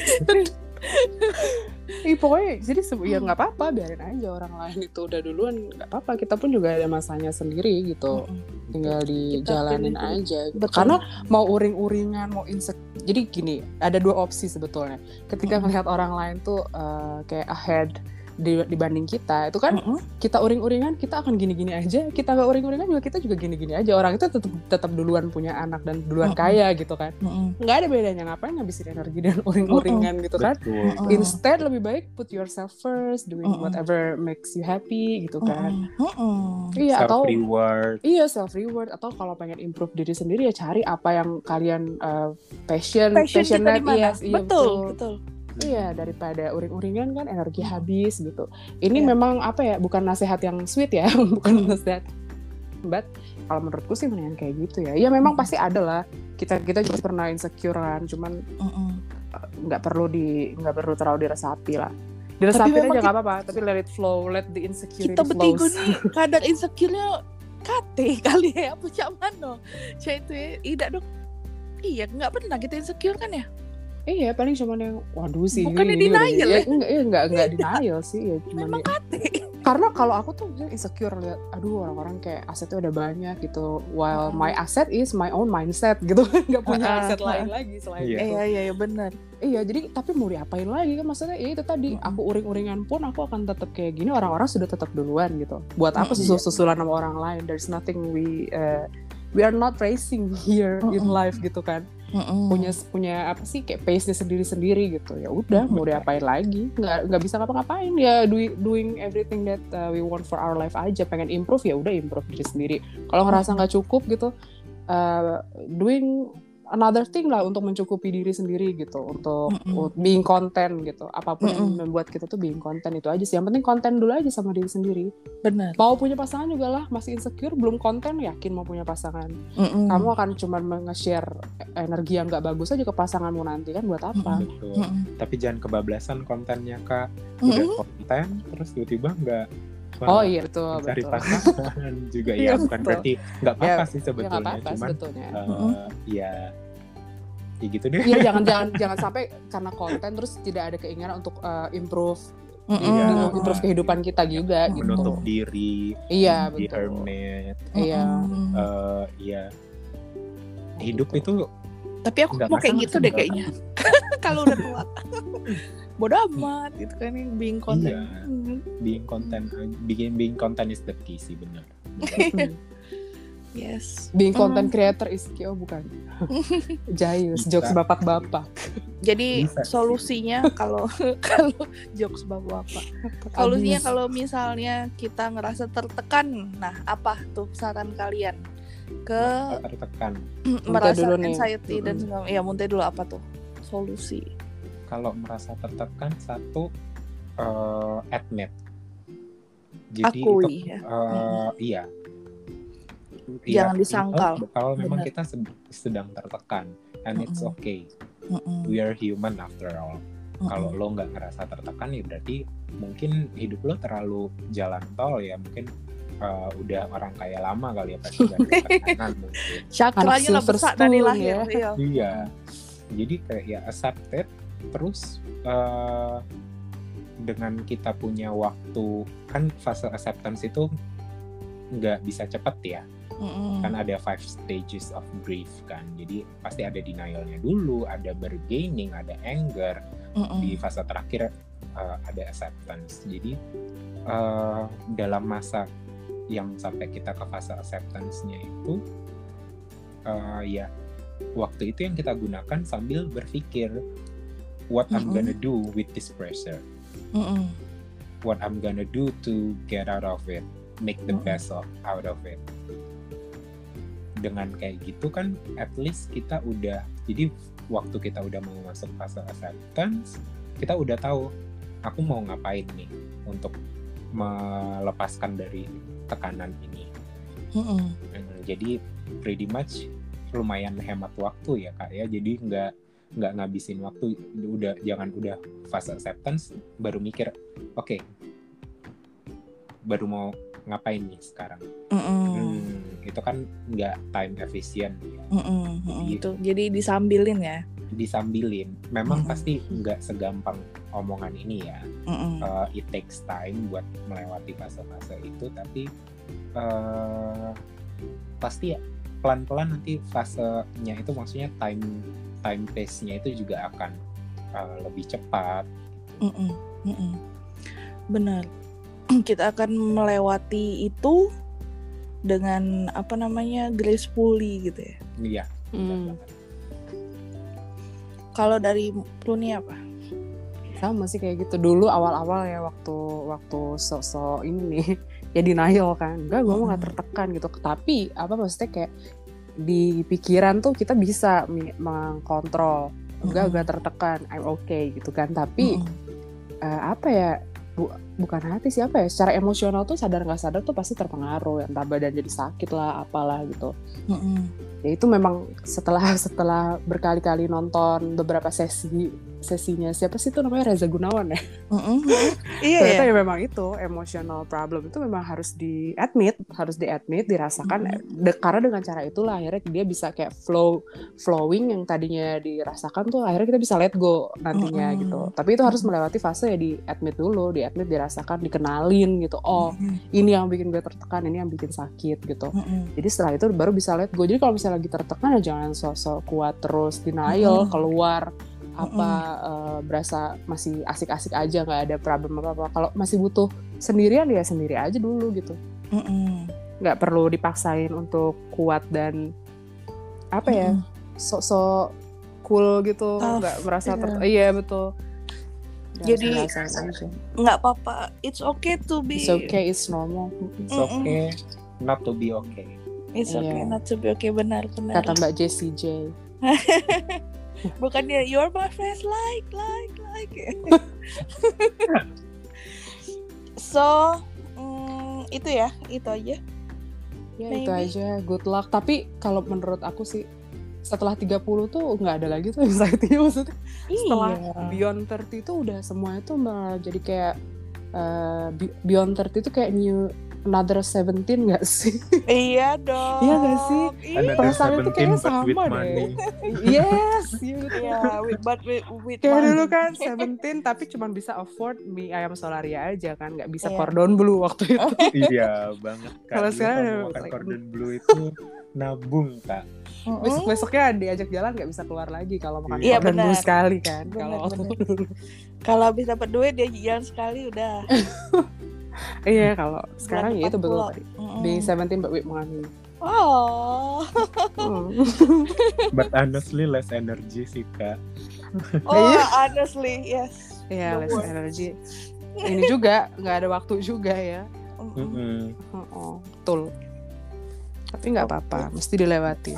Pokoknya jadi ya nggak apa-apa, biarin aja orang lain itu udah duluan, nggak apa-apa. Kita pun juga ada masanya sendiri gitu. Tinggal dijalanin aja gitu. Karena mau uring-uringan, mau jadi gini, ada dua opsi sebetulnya. Ketika melihat orang lain tuh kayak ahead dibanding kita, itu kan kita uring-uringan kita akan gini-gini aja, kita nggak uring-uringan juga kita juga gini-gini aja. Orang itu tetap duluan punya anak dan duluan kaya gitu kan, nggak ada bedanya. Ngapain ngabisin energi dan uring-uringan gitu kan. Instead lebih baik put yourself first, doing whatever makes you happy gitu kan. Iya, atau self reward, atau kalau pengen improve diri sendiri ya cari apa yang kalian passionate. Yes, iya, betul. Iya, daripada uring-uringan kan energi habis gitu. Ini memang apa ya, bukan nasihat yang sweet ya, bukan nasihat. But kalau menurutku sih mendingan kayak gitu ya. Ya memang pasti ada lah. Kita juga pernah insecure kan, cuman nggak perlu terlalu diresapi lah. Diresapin aja nggak apa-apa, tapi let it flow, let the insecurity flows. Kita bertiga nih kadang insecure-nya kate kali ya, apa cuman no. Saya itu ya, tidak dong. Iya, nggak pernah kita insecure kan ya? Iya, paling cuma yang waduh sih. Bukannya denial ya? Enggak denial sih ya, memang kate. Karena kalau aku tuh insecure lihat, aduh orang-orang kayak asetnya udah banyak gitu, while my asset is my own mindset gitu kan, nggak punya aset lain lagi selain itu. Iya benar. Iya, jadi tapi mau diapain lagi kan, maksudnya ya itu tadi, aku uring-uringan pun aku akan tetap kayak gini, orang-orang sudah tetap duluan gitu. Buat apa susul-susulan sama orang lain? There's nothing we are not racing here in life gitu kan. Punya apa sih kayak pace-nya sendiri-sendiri gitu. Ya udah, mau diapain lagi? Nggak bisa ngapa-ngapain ya, doing everything that we want for our life aja. Pengen improve ya udah improve diri sendiri. Kalau ngerasa nggak cukup gitu, doing another thing lah untuk mencukupi diri sendiri gitu, untuk being content gitu, apapun yang membuat kita tuh being content itu aja sih. Yang penting konten dulu aja sama diri sendiri. Benar. Mau punya pasangan juga lah, masih insecure belum konten, yakin mau punya pasangan, kamu akan cuma nge-share energi yang nggak bagus aja ke pasanganmu nanti kan, buat apa? Betul. Tapi jangan kebablasan kontennya Kak, udah konten terus tiba-tiba nggak. Oh iya betul. Cari pasangan juga ya, bukan berarti nggak apa-apa sih sebetulnya, gak apa-apa, cuman sebetulnya. Ya gitu deh. Iya jangan sampai karena konten terus tidak ada keinginan untuk improve improve kehidupan kita juga gitu. Menutup diri, iya di betul. hermit. Iya. Iya. Hidup itu. Tapi aku mau kayak gitu deh kayaknya. Kalau udah tua. Bodoh amat gitu kan, being content. Iya. Being content is the key sih, benar. Yes. Being content creator is key, bukan. Jayus, jokes bapak-bapak. Jadi solusinya kalau jokes bapak-bapak. Solusinya kalau misalnya kita ngerasa tertekan, nah apa tuh saran kalian? Tertekan. Merasa anxiety dan segala. Ya, Munte dulu apa tuh solusi? Kalau merasa tertekan, satu admit. Jadi akui, itu ya. Iya. Jangan disangkal. Kalau memang kita sedang tertekan, and it's okay. We are human after all. Kalau lo nggak ngerasa tertekan, ya berarti mungkin hidup lo terlalu jalan tol ya, mungkin udah orang kaya lama kali ya, pasti gak ada tekanan mungkin. Cakranya lah besar dari lahir. Ya? Iya. Jadi kayak ya accepted. Terus dengan kita punya waktu, kan fase acceptance itu nggak bisa cepet ya. Kan ada 5 stages of grief kan. Jadi pasti ada denialnya dulu, ada bargaining, ada anger. Di fase terakhir ada acceptance. Jadi dalam masa yang sampai kita ke fase acceptance-nya itu ya waktu itu yang kita gunakan sambil berpikir what I'm gonna do with this pressure, what I'm gonna do to get out of it, make the best out of it. Dengan kayak gitu kan at least kita udah, jadi waktu kita udah mau masuk fase acceptance, kita udah tahu aku mau ngapain nih untuk melepaskan dari tekanan ini. Jadi pretty much lumayan hemat waktu ya Kak ya. Jadi nggak ngabisin waktu, udah fase acceptance baru mikir oke, baru mau ngapain nih sekarang. Itu kan nggak time efficient ya. Jadi disambilin ya. Memang pasti nggak segampang omongan ini ya. It takes time buat melewati fase-fase itu, tapi pasti ya pelan-pelan nanti fasenya itu, maksudnya time pace-nya itu juga akan lebih cepat. Benar. Kita akan melewati itu dengan gracefully gitu ya. Iya. Kalau dari lu nih apa? Sama sih kayak gitu. Dulu awal-awal ya, waktu sok-sok ini nih ya denial kan. Enggak, gue mau gak tertekan gitu. Tapi maksudnya kayak di pikiran tuh kita bisa mengkontrol. Enggak tertekan, I'm okay gitu kan. Tapi bukan hati sih, secara emosional tuh sadar nggak sadar tuh pasti terpengaruh, entah badan jadi sakit lah apalah gitu. Ya itu memang setelah berkali-kali nonton beberapa sesinya siapa sih itu namanya, Reza Gunawan ya. Ternyata ya memang itu emotional problem itu memang harus di-admit, dirasakan. Karena dengan cara itulah akhirnya dia bisa kayak flowing yang tadinya dirasakan tuh akhirnya kita bisa let go nantinya gitu. Tapi itu harus melewati fase ya di-admit dulu, dirasakan, dikenalin gitu. Oh, ini yang bikin gue tertekan, ini yang bikin sakit gitu. Jadi setelah itu baru bisa let go. Jadi kalau misalnya lagi tertekan ya jangan sosok kuat terus, denial, keluar berasa masih asik-asik aja, nggak ada problem apa-apa. Kalau masih butuh sendirian ya sendiri aja dulu gitu. Nggak perlu dipaksain untuk kuat dan sok-sok cool gitu, nggak merasa iya betul. Jadi nggak apa-apa, it's okay to be, it's okay, it's normal, it's okay not to be okay. It's okay not to be okay, benar. Kata Mbak Jessie J. Bukannya you're my friends like. So itu ya, itu aja. Ya Maybe. itu aja, good luck. Tapi kalau menurut aku sih setelah 30 tuh nggak ada lagi tuh anxiety, maksudnya. Setelah beyond 30 itu udah semuanya tuh malah jadi kayak beyond 30 itu kayak new another 17 nggak sih? Iya dong. Iya nggak sih? Another Perasaan itu kayaknya 17 but with sama money. deh. Yes, Iya, with kayak money. dulu kan 17 tapi cuma bisa afford mie ayam Solaria aja kan, nggak bisa Iya. cordon bleu waktu itu. Iya banget Kak. Kalau Dulu sekarang kalau udah makan like- cordon bleu itu nabung Kak. Besok-besoknya diajak jalan nggak bisa keluar lagi kalau makan Iya, cordon bleu benar. sekali kan. Benar, Kalau benar. Kalau habis dapat duit dia jalan sekali udah. iya kalau sekarang ya itu depan betul pulau. tadi. Being 17 but with money. Oh. But honestly less energy sih Kak. Oh, honestly, yes. Iya, The less worst. energy. Ini juga nggak ada waktu juga ya. Mm-mm. Betul. Tapi nggak apa-apa, mesti dilewati.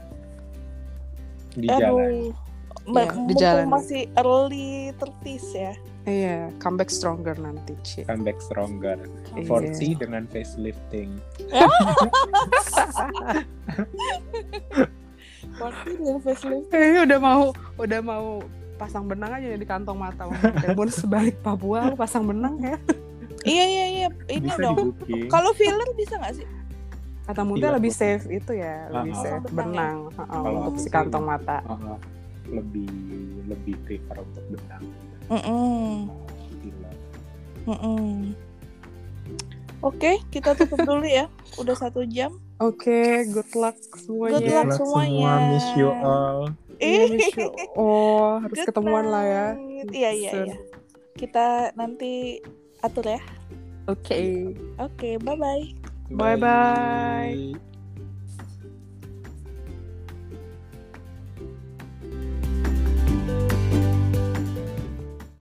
Di jalan. Aduh. Iya, di Mumpung jalan. masih early 30s ya. Iya, comeback stronger nanti, Ci. Comeback stronger. Iya. 40 dengan facelifting. Waktu dengan facelift. Udah mau pasang benang aja di kantong mata. Pun sebalik Papua aku pasang benang ya. Iya. Ini Bisa dong. di-booking. Kalau filler bisa nggak sih? Kata Mutia Iya, lebih betul. safe itu ya, lebih Ah, safe benang benang Kalau untuk aku si sih kantong mata. lebih prefer untuk benang. Gila. Oke, kita tutup dulu ya. Udah 1 jam. Oke, good luck semuanya. Good luck Good luck semuanya. semua, miss you all. Iya, miss you. Oh, harus Good ketemuan lah ya. night. Iya. Soon. Kita nanti atur ya. Oke. Oke, bye-bye. Bye-bye.